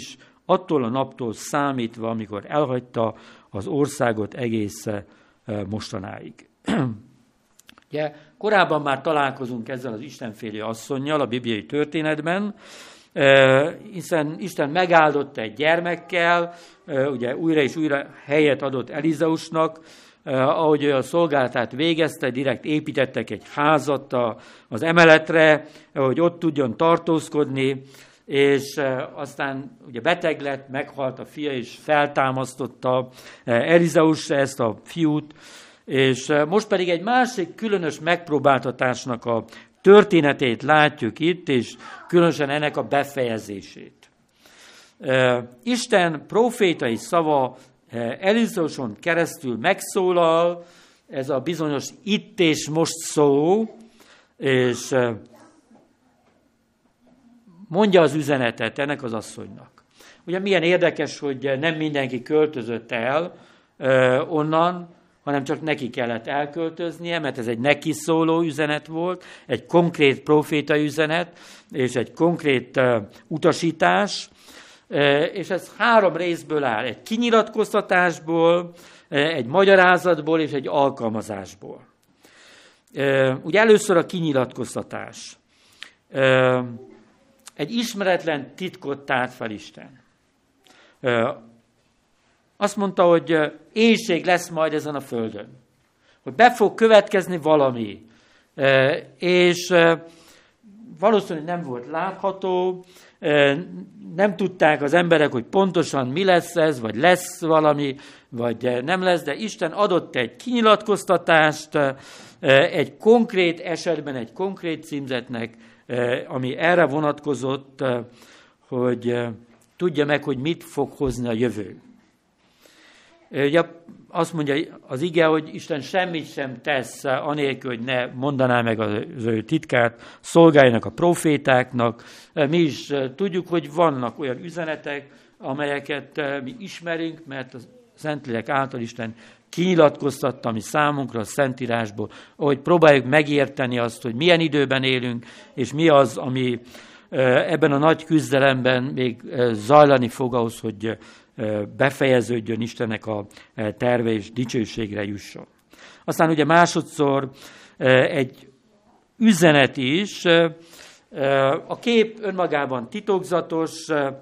attól a naptól számítva, amikor elhagyta az országot egész mostanáig. Ugye, korábban már találkozunk ezzel az istenfélő asszonnyal a bibliai történetben, hiszen Isten megáldotta egy gyermekkel, ugye újra és újra helyet adott Elizeusnak, ahogy ő a szolgálatát végezte, direkt építettek egy házat az emeletre, hogy ott tudjon tartózkodni, és aztán ugye beteg lett, meghalt a fia, és feltámasztotta Elizeus ezt a fiút, és most pedig egy másik különös megpróbáltatásnak a történetét látjuk itt, és különösen ennek a befejezését. Isten prófétai szava Elizeuson keresztül megszólal, ez a bizonyos itt és most szó, és mondja az üzenetet ennek az asszonynak. Ugye milyen érdekes, hogy nem mindenki költözött el onnan, hanem csak neki kellett elköltöznie, mert ez egy neki szóló üzenet volt, egy konkrét profétai üzenet, és egy konkrét uh, utasítás, uh, és ez három részből áll, egy kinyilatkoztatásból, uh, egy magyarázatból és egy alkalmazásból. Uh, ugye először a kinyilatkoztatás. Uh, egy ismeretlen titkot tárt fel Isten. Uh, Azt mondta, hogy éhség lesz majd ezen a földön. Hogy be fog következni valami. És valószínűleg nem volt látható, nem tudták az emberek, hogy pontosan mi lesz ez, vagy lesz valami, vagy nem lesz, de Isten adott egy kinyilatkoztatást, egy konkrét esetben, egy konkrét címzetnek, ami erre vonatkozott, hogy tudja meg, hogy mit fog hozni a jövő. Ugye azt mondja az ige, hogy Isten semmit sem tesz anélkül, hogy ne mondaná meg az ő titkát szolgáinak, a profétáknak. Mi is tudjuk, hogy vannak olyan üzenetek, amelyeket mi ismerünk, mert a Szentlélek által Isten kinyilatkoztatta mi számunkra a Szentírásból, ahogy próbáljuk megérteni azt, hogy milyen időben élünk, és mi az, ami ebben a nagy küzdelemben még zajlani fog ahhoz, hogy befejeződjön Istennek a terve és dicsőségre jusson. Aztán ugye másodszor egy üzenet is, a kép önmagában titokzatos,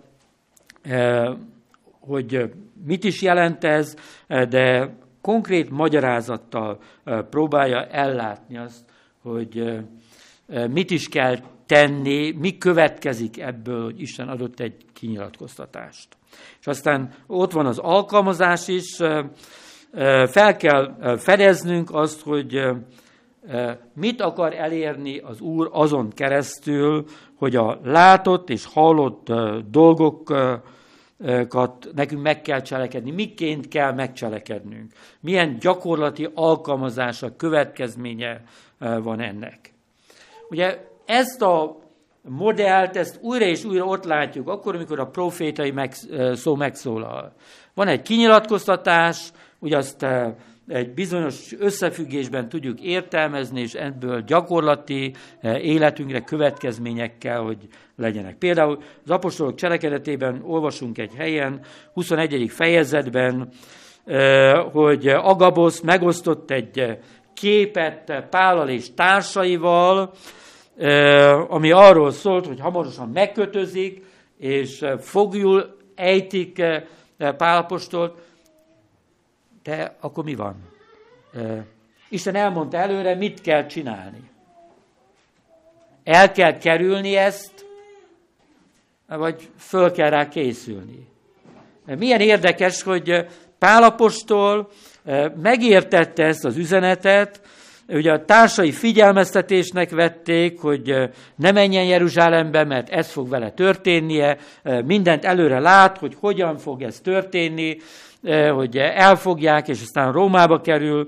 hogy mit is jelent ez, de konkrét magyarázattal próbálja ellátni azt, hogy mit is kell tenni, mi következik ebből, hogy Isten adott egy kinyilatkoztatást. És aztán ott van az alkalmazás is, fel kell fedeznünk azt, hogy mit akar elérni az Úr azon keresztül, hogy a látott és hallott dolgokat nekünk meg kell cselekedni. Miként kell megcselekednünk? Milyen gyakorlati alkalmazása, következménye van ennek? Ugye ezt a modellt, ezt újra és újra ott látjuk, akkor, amikor a profétai szó megszólal. Van egy kinyilatkoztatás, ugye azt egy bizonyos összefüggésben tudjuk értelmezni, és ebből gyakorlati életünkre következményekkel, hogy legyenek. Például az apostolok cselekedetében olvasunk egy helyen, huszonegyedik fejezetben, hogy Agabosz megosztott egy képet Pállal és társaival, ami arról szólt, hogy hamarosan megkötözik, és fogjul ejtik Pál apostolt, de akkor mi van? Isten elmondta előre, mit kell csinálni. El kell kerülni ezt, vagy föl kell rá készülni. Milyen érdekes, hogy Pál apostol megértette ezt az üzenetet, ugye a társai figyelmeztetésnek vették, hogy ne menjen Jeruzsálembe, mert ez fog vele történnie, mindent előre lát, hogy hogyan fog ez történni, hogy elfogják, és aztán Rómába kerül,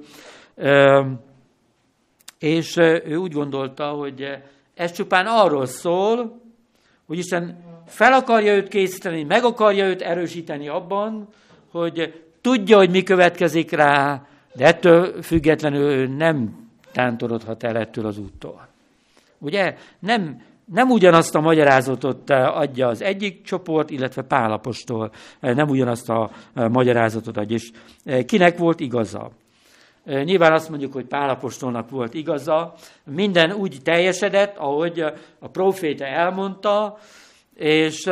és ő úgy gondolta, hogy ez csupán arról szól, hogy Isten fel akarja őt készíteni, meg akarja őt erősíteni abban, hogy tudja, hogy mi következik rá, de ettől függetlenül ő nem tántorodhat el ettől az úttól. Ugye? Nem nem ugyanazt a magyarázatot adja az egyik csoport, illetve Pál apostol nem ugyanazt a magyarázatot adja. És kinek volt igaza? Nyilván azt mondjuk, hogy Pál apostolnak volt igaza, minden úgy teljesedett, ahogy a próféta elmondta, és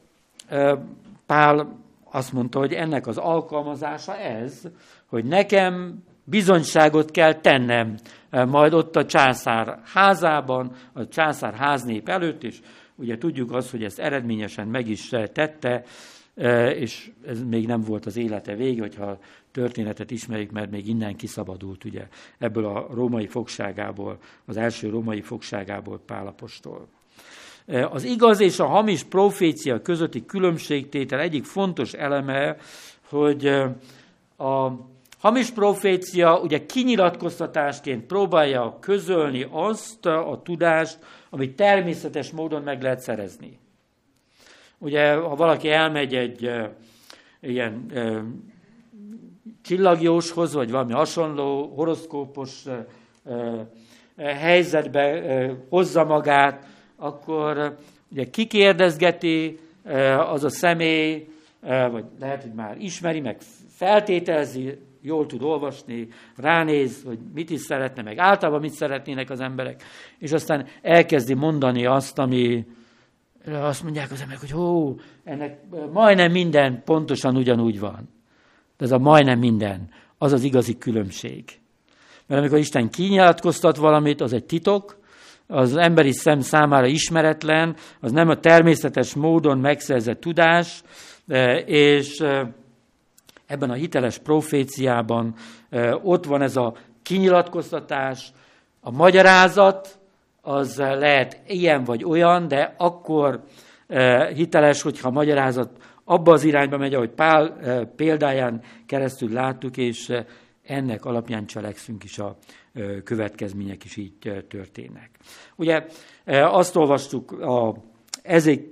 Pál azt mondta, hogy ennek az alkalmazása ez, hogy nekem bizonyságot kell tennem majd ott a császár házában, a császár háznép előtt, és ugye tudjuk azt, hogy ezt eredményesen meg is tette, és ez még nem volt az élete vége, hogyha a történetet ismerjük, mert még innen kiszabadult ugye ebből a római fogságából, az első római fogságából Pál apostol. Az igaz és a hamis profécia közötti különbségtétel egyik fontos eleme, hogy a hamis profécia ugye kinyilatkoztatásként próbálja közölni azt a tudást, amit természetes módon meg lehet szerezni. Ugye, ha valaki elmegy egy e, ilyen e, csillagjóshoz, vagy valami hasonló horoszkópos e, e, helyzetbe e, hozza magát, akkor ugye kikérdezgeti e, az a személy, e, vagy lehet, hogy már ismeri, meg feltételezi, jól tud olvasni, ránéz, hogy mit is szeretne, meg általában mit szeretnének az emberek, és aztán elkezdi mondani azt, ami azt mondják az emberek, hogy hó, ennek majdnem minden pontosan ugyanúgy van. De ez a majdnem minden, az az igazi különbség. Mert amikor Isten kinyilatkoztat valamit, az egy titok, az emberi szem számára ismeretlen, az nem a természetes módon megszerzett tudás, és ebben a hiteles proféciában ott van ez a kinyilatkoztatás, a magyarázat, az lehet ilyen vagy olyan, de akkor hiteles, hogyha a magyarázat abba az irányba megy, ahogy Pál példáján keresztül láttuk, és ennek alapján cselekszünk is, a következmények is így történnek. Ugye azt olvastuk a, ezek,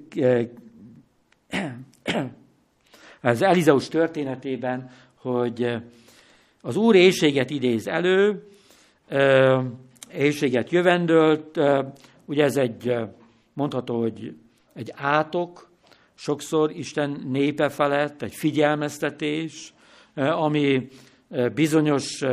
az Elizeus történetében, hogy az Úr éhséget idéz elő, éhséget jövendölt, ugye ez egy, mondható, hogy egy átok, sokszor Isten népe felett, egy figyelmeztetés, ami bizonyos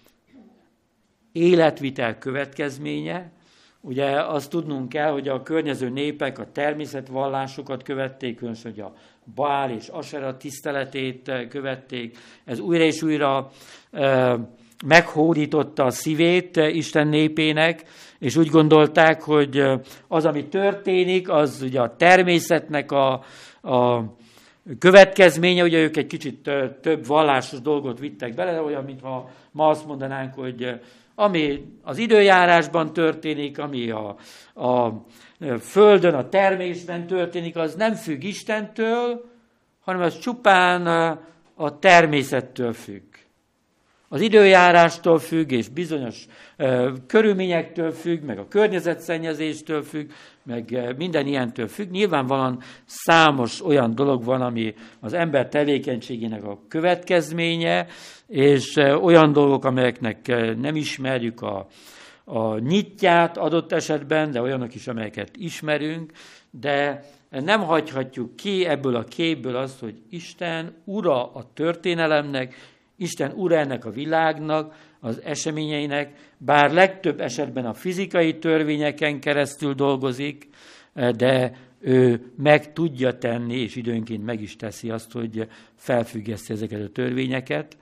életvitel következménye. Ugye azt tudnunk kell, hogy a környező népek a természetvallásokat követték, különösen, hogy a Baál és Asera tiszteletét követték. Ez újra és újra e, meghódította a szívét Isten népének, és úgy gondolták, hogy az, ami történik, az ugye a természetnek a, a következménye, ugye ők egy kicsit több vallásos dolgot vittek bele, olyan, mintha ma azt mondanánk, hogy ami az időjárásban történik, ami a, a földön, a termésben történik, az nem függ Istentől, hanem az csupán a természettől függ. Az időjárástól függ, és bizonyos uh, körülményektől függ, meg a környezetszennyezéstől függ, meg minden ilyentől függ. Nyilvánvalóan számos olyan dolog van, ami az ember tevékenységének a következménye, és uh, olyan dolgok, amelyeknek uh, nem ismerjük a, a nyitját adott esetben, de olyanok is, amelyeket ismerünk, de nem hagyhatjuk ki ebből a képből azt, hogy Isten ura a történelemnek, Isten ura ennek a világnak, az eseményeinek, bár legtöbb esetben a fizikai törvényeken keresztül dolgozik, de ő meg tudja tenni, és időnként meg is teszi azt, hogy felfüggeszti ezeket a törvényeket.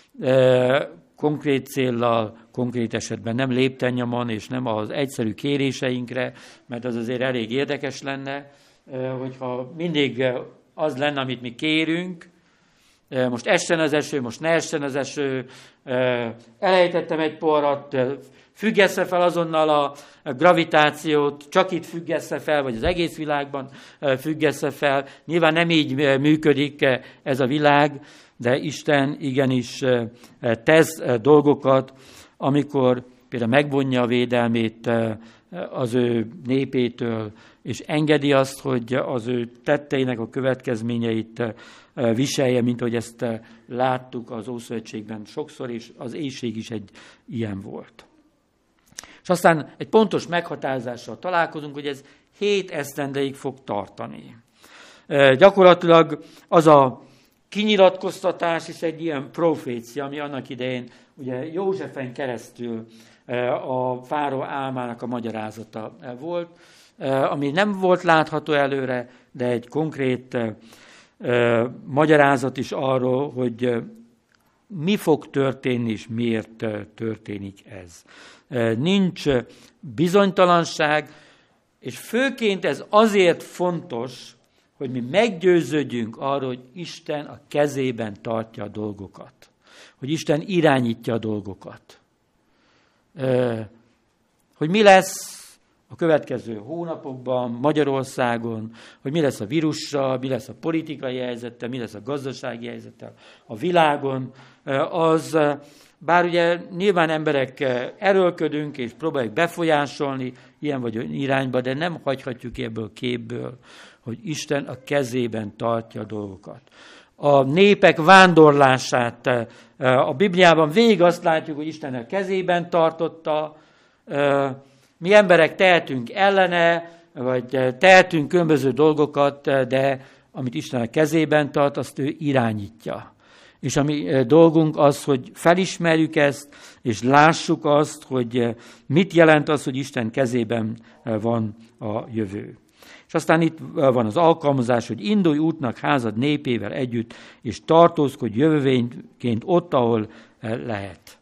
Konkrét céllal, konkrét esetben nem léptennyomon, és nem az egyszerű kéréseinkre, mert az azért elég érdekes lenne, hogyha mindig az lenne, amit mi kérünk, most essen az eső, most ne essen az eső, elejtettem egy porrat, függesse fel azonnal a gravitációt, csak itt függesse fel, vagy az egész világban függesse fel. Nyilván nem így működik ez a világ, de Isten igenis tesz dolgokat, amikor például megvonja a védelmét az ő népétől, és engedi azt, hogy az ő tetteinek a következményeit viselje, mint ahogy ezt láttuk az Ószövetségben sokszor, és az éhség is egy ilyen volt. És aztán egy pontos meghatározással találkozunk, hogy ez hét esztendeig fog tartani. E, gyakorlatilag az a kinyilatkoztatás is egy ilyen profécia, ami annak idején ugye Józsefen keresztül e, a fáró álmának a magyarázata volt, e, ami nem volt látható előre, de egy konkrét e, e, magyarázat is arról, hogy e, mi fog történni és miért e, történik ez. E, nincs bizonytalanság, és főként ez azért fontos, hogy mi meggyőződjünk arról, hogy Isten a kezében tartja a dolgokat. Hogy Isten irányítja a dolgokat. Hogy mi lesz a következő hónapokban Magyarországon, hogy mi lesz a vírussal, mi lesz a politikai helyzettel, mi lesz a gazdasági helyzettel a világon, az, bár ugye nyilván emberek erőlködünk és próbáljuk befolyásolni ilyen vagy olyan irányba, de nem hagyhatjuk ebből a képből, hogy Isten a kezében tartja a dolgokat. A népek vándorlását a Bibliában végig azt látjuk, hogy Isten a kezében tartotta. Mi emberek tehetünk ellene, vagy tehetünk különböző dolgokat, de amit Isten a kezében tart, azt ő irányítja. És a mi dolgunk az, hogy felismerjük ezt, és lássuk azt, hogy mit jelent az, hogy Isten kezében van a jövő. És aztán itt van az alkalmazás, hogy indulj útnak házad népével együtt, és tartózkodj jövővényként ott, ahol lehet.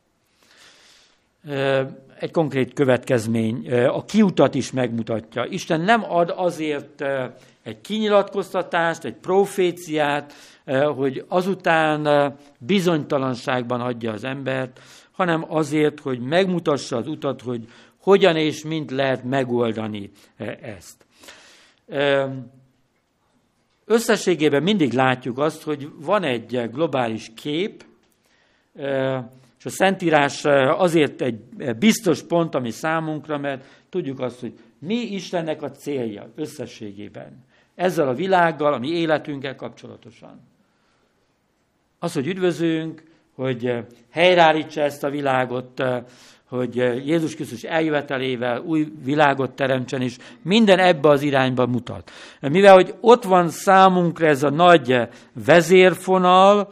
Egy konkrét következmény a kiutat is megmutatja. Isten nem ad azért egy kinyilatkoztatást, egy proféciát, hogy azután bizonytalanságban adja az embert, hanem azért, hogy megmutassa az utat, hogy hogyan és mint lehet megoldani ezt. Összességében mindig látjuk azt, hogy van egy globális kép, és a Szentírás azért egy biztos pont, ami számunkra, mert tudjuk azt, hogy mi Istennek a célja összességében. Ezzel a világgal, a mi életünkkel kapcsolatosan. Az, hogy üdvözlünk, hogy helyreállítsa ezt a világot, hogy Jézus Krisztus eljövetelével új világot teremtsen, és minden ebbe az irányba mutat. Mivel, hogy ott van számunkra ez a nagy vezérfonal,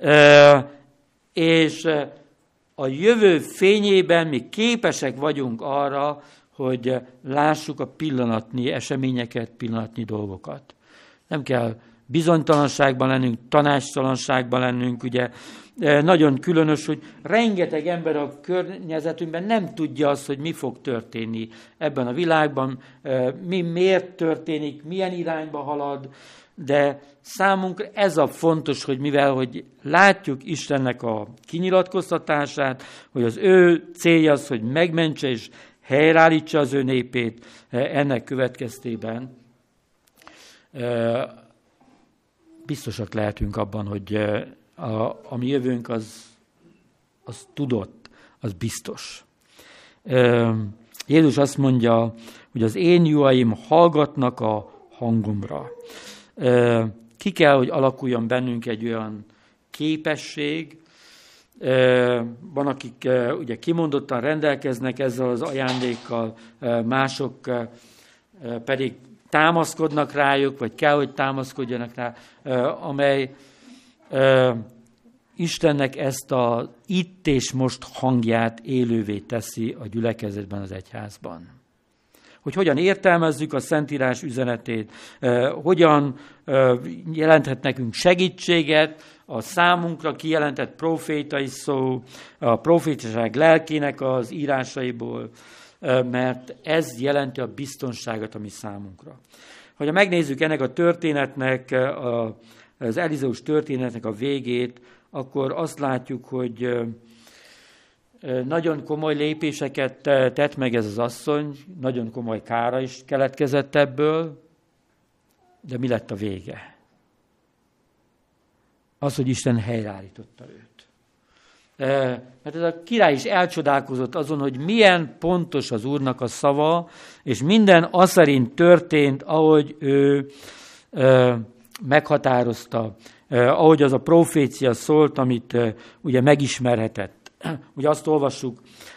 és a jövő fényében mi képesek vagyunk arra, hogy lássuk a pillanatnyi eseményeket, pillanatnyi dolgokat. Nem kell bizonytalanságban lennünk, tanácstalanságban lennünk, ugye nagyon különös, hogy rengeteg ember a környezetünkben nem tudja azt, hogy mi fog történni ebben a világban, mi miért történik, milyen irányba halad, de számunkra ez a fontos, hogy mivel, hogy látjuk Istennek a kinyilatkoztatását, hogy az ő célja az, hogy megmentse és helyreállítsa az ő népét, ennek következtében biztosak lehetünk abban, hogy a, a mi jövőnk az, az tudott, az biztos. Jézus azt mondja, hogy az én juhaim hallgatnak a hangomra. Ki kell, hogy alakuljon bennünk egy olyan képesség, van, akik ugye kimondottan rendelkeznek ezzel az ajándékkal, mások pedig támaszkodnak rájuk, vagy kell, hogy támaszkodjanak rá, amely Istennek ezt a itt és most hangját élővé teszi a gyülekezetben, az egyházban. Hogy hogyan értelmezzük a Szentírás üzenetét, hogyan jelenthet nekünk segítséget a számunkra kijelentett profétai szó, a profétaság lelkének az írásaiból, mert ez jelenti a biztonságot a mi számunkra. Ha megnézzük ennek a történetnek, az Elizeus történetnek a végét, akkor azt látjuk, hogy nagyon komoly lépéseket tett meg ez az asszony, nagyon komoly kára is keletkezett ebből, de mi lett a vége? Az, hogy Isten helyreállította őt. Mert ez a király is elcsodálkozott azon, hogy milyen pontos az Úrnak a szava, és minden az szerint történt, ahogy ő meghatározta, ahogy az a profécia szólt, amit ugye megismerhetett. Ugye azt olvassuk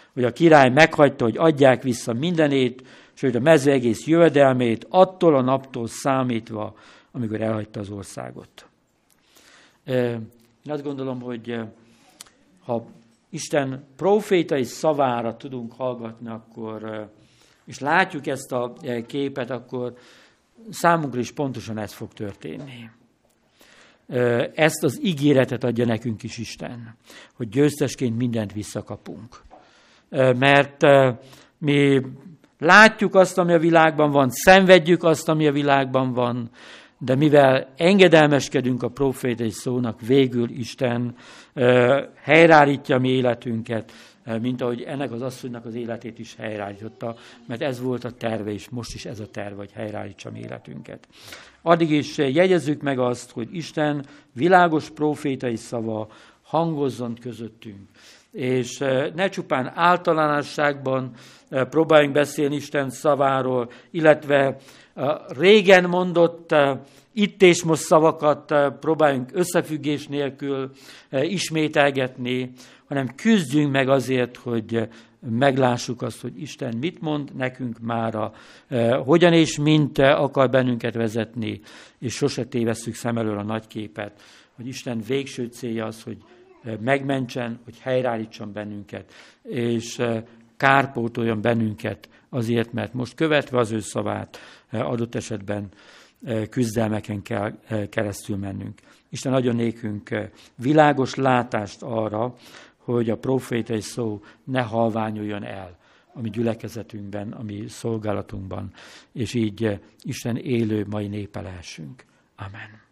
hogy a király meghagyta, hogy adják vissza mindenét, sőt a mező egész jövedelmét, attól a naptól számítva, amikor elhagyta az országot. Én azt gondolom, hogy ha Isten profétai szavára tudunk hallgatni, akkor, és látjuk ezt a képet, akkor számunkra is pontosan ez fog történni. Ezt az ígéretet adja nekünk is Isten, hogy győztesként mindent visszakapunk. Mert mi látjuk azt, ami a világban van, szenvedjük azt, ami a világban van, de mivel engedelmeskedünk a profétai szónak, végül Isten helyreállítja mi életünket, mint ahogy ennek az asszonynak az életét is helyreállította, mert ez volt a terve, és most is ez a terve, hogy helyreállítsa mi életünket. Addig is jegyezzük meg azt, hogy Isten világos profétai szava hangozzon közöttünk, és ne csupán általánosságban próbáljunk beszélni Isten szaváról, illetve régen mondott itt és most szavakat próbáljunk összefüggés nélkül ismételgetni, hanem küzdjünk meg azért, hogy meglássuk azt, hogy Isten mit mond nekünk mára, hogyan és mint akar bennünket vezetni, és sose tévesszük szem elől a nagy képet, hogy Isten végső célja az, hogy megmentsen, hogy helyreállítson bennünket, és kárpótoljon bennünket azért, mert most követve az ő szavát adott esetben küzdelmeken kell keresztül mennünk. Isten adjon nékünk világos látást arra, hogy a profétai szó ne halványuljon el a mi gyülekezetünkben, a mi szolgálatunkban, és így Isten élő mai népe lehessünk. Amen.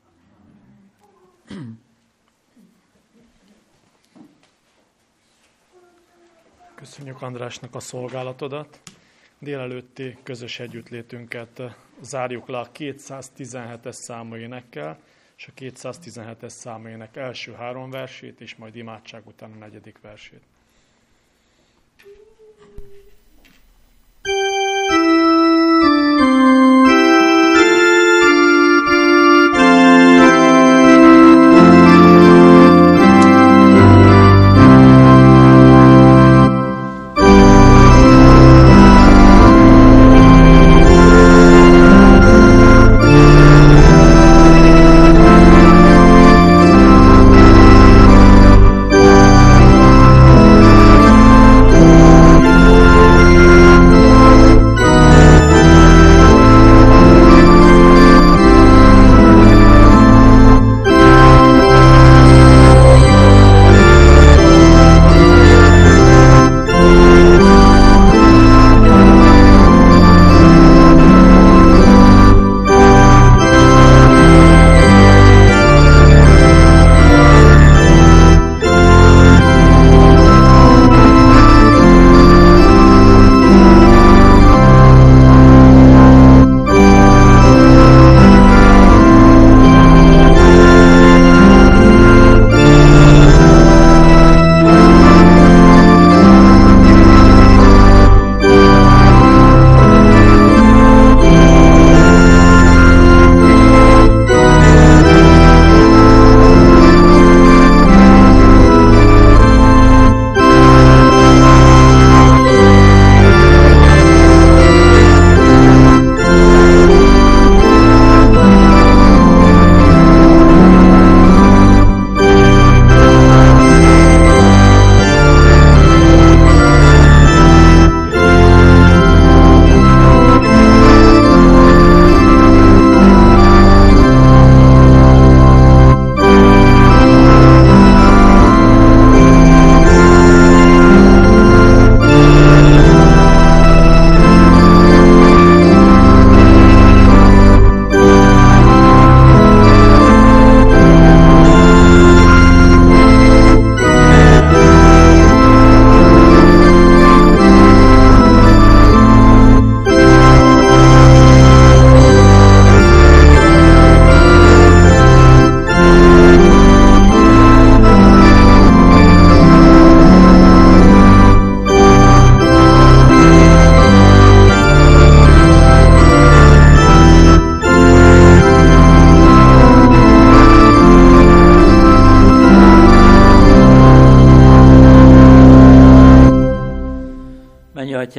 Köszönjük Andrásnak a szolgálatodat. Délelőtti közös együttlétünket zárjuk le a kétszáztizenhetes számú énekkel, és a kétszáztizenhetes számú ének első három versét, és majd imádság után a negyedik versét. Thank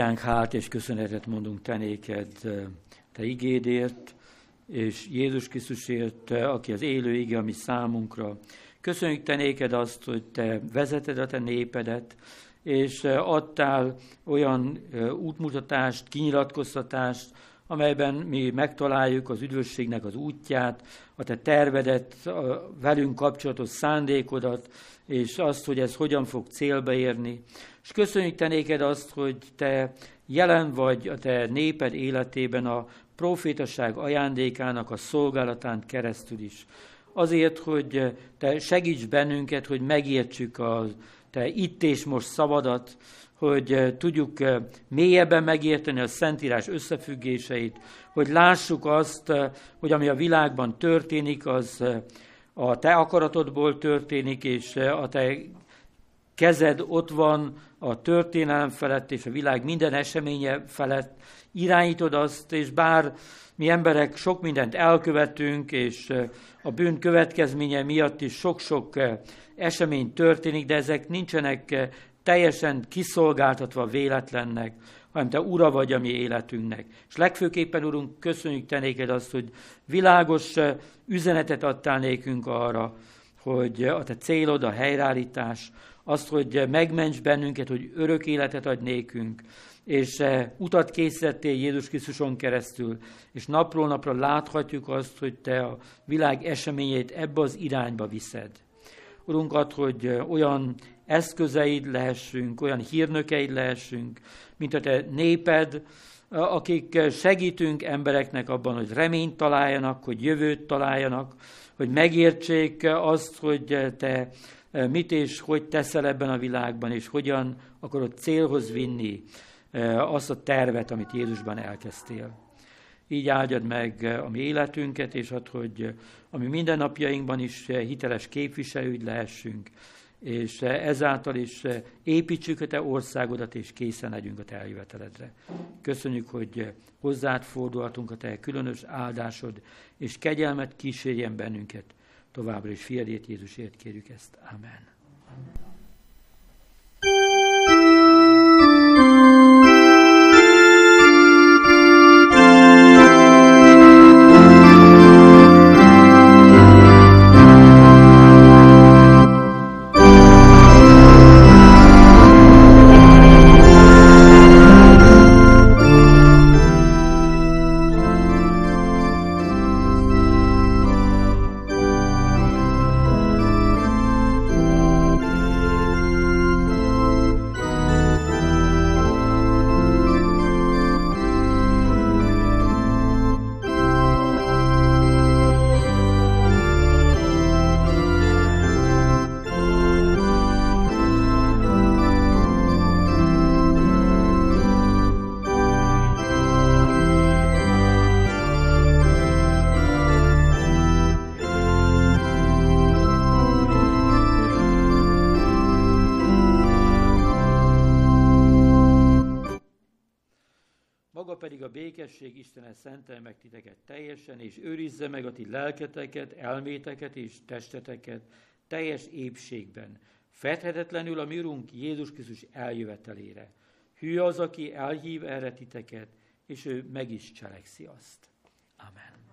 Atyánk, hálát és köszönetet mondunk te néked, te igédért, és Jézus Krisztusért, aki az élő ige, ami számunkra. Köszönjük te néked azt, hogy te vezeted a te népedet, és adtál olyan útmutatást, kinyilatkoztatást, amelyben mi megtaláljuk az üdvösségnek az útját, a te tervedet, a velünk kapcsolatos szándékodat, és azt, hogy ez hogyan fog célba érni. És köszönjük te néked azt, hogy te jelen vagy a te néped életében a profétaság ajándékának a szolgálatán keresztül is. Azért, hogy te segíts bennünket, hogy megértsük a te itt és most szavadat, hogy tudjuk mélyebben megérteni a Szentírás összefüggéseit, hogy lássuk azt, hogy ami a világban történik, az a te akaratodból történik, és a te kezed ott van a történelem felett, és a világ minden eseménye felett. Irányítod azt, és bár mi emberek sok mindent elkövetünk, és a bűn következménye miatt is sok-sok esemény történik, de ezek nincsenek teljesen kiszolgáltatva véletlennek, hanem te ura vagy a mi életünknek. És legfőképpen, Urunk, köszönjük te néked azt, hogy világos üzenetet adtál nékünk arra, hogy a te célod a helyreállítás, azt, hogy megments bennünket, hogy örök életet adj nékünk, és utat készítettél Jézus Krisztuson keresztül, és napról napra láthatjuk azt, hogy te a világ eseményeit ebbe az irányba viszed. Urunk, add, hogy olyan eszközeid lehessünk, olyan hírnökeid lehessünk, mint a te néped, akik segítünk embereknek abban, hogy reményt találjanak, hogy jövőt találjanak, hogy megértsék azt, hogy te mit és hogy teszel ebben a világban, és hogyan akarod célhoz vinni azt a tervet, amit Jézusban elkezdtél. Így áldjad meg a mi életünket, és add, hogy a mi mindennapjainkban is hiteles képviselőid lehessünk, és ezáltal is építsük a te országodat, és készen legyünk a te eljöveteledre. Köszönjük, hogy hozzád fordulhatunk, a te különös áldásod, és kegyelmet kísérjen bennünket. Továbbra is fiadét Jézusért kérjük ezt. Amen. Pedig a békesség Istene szentelje meg titeket teljesen, és őrizze meg a ti lelketeket, elméteket és testeteket teljes épségben, fedhetetlenül a mi Urunk Jézus Krisztus eljövetelére. Hű az, aki elhív erre titeket, és ő meg is cselekszi azt. Amen.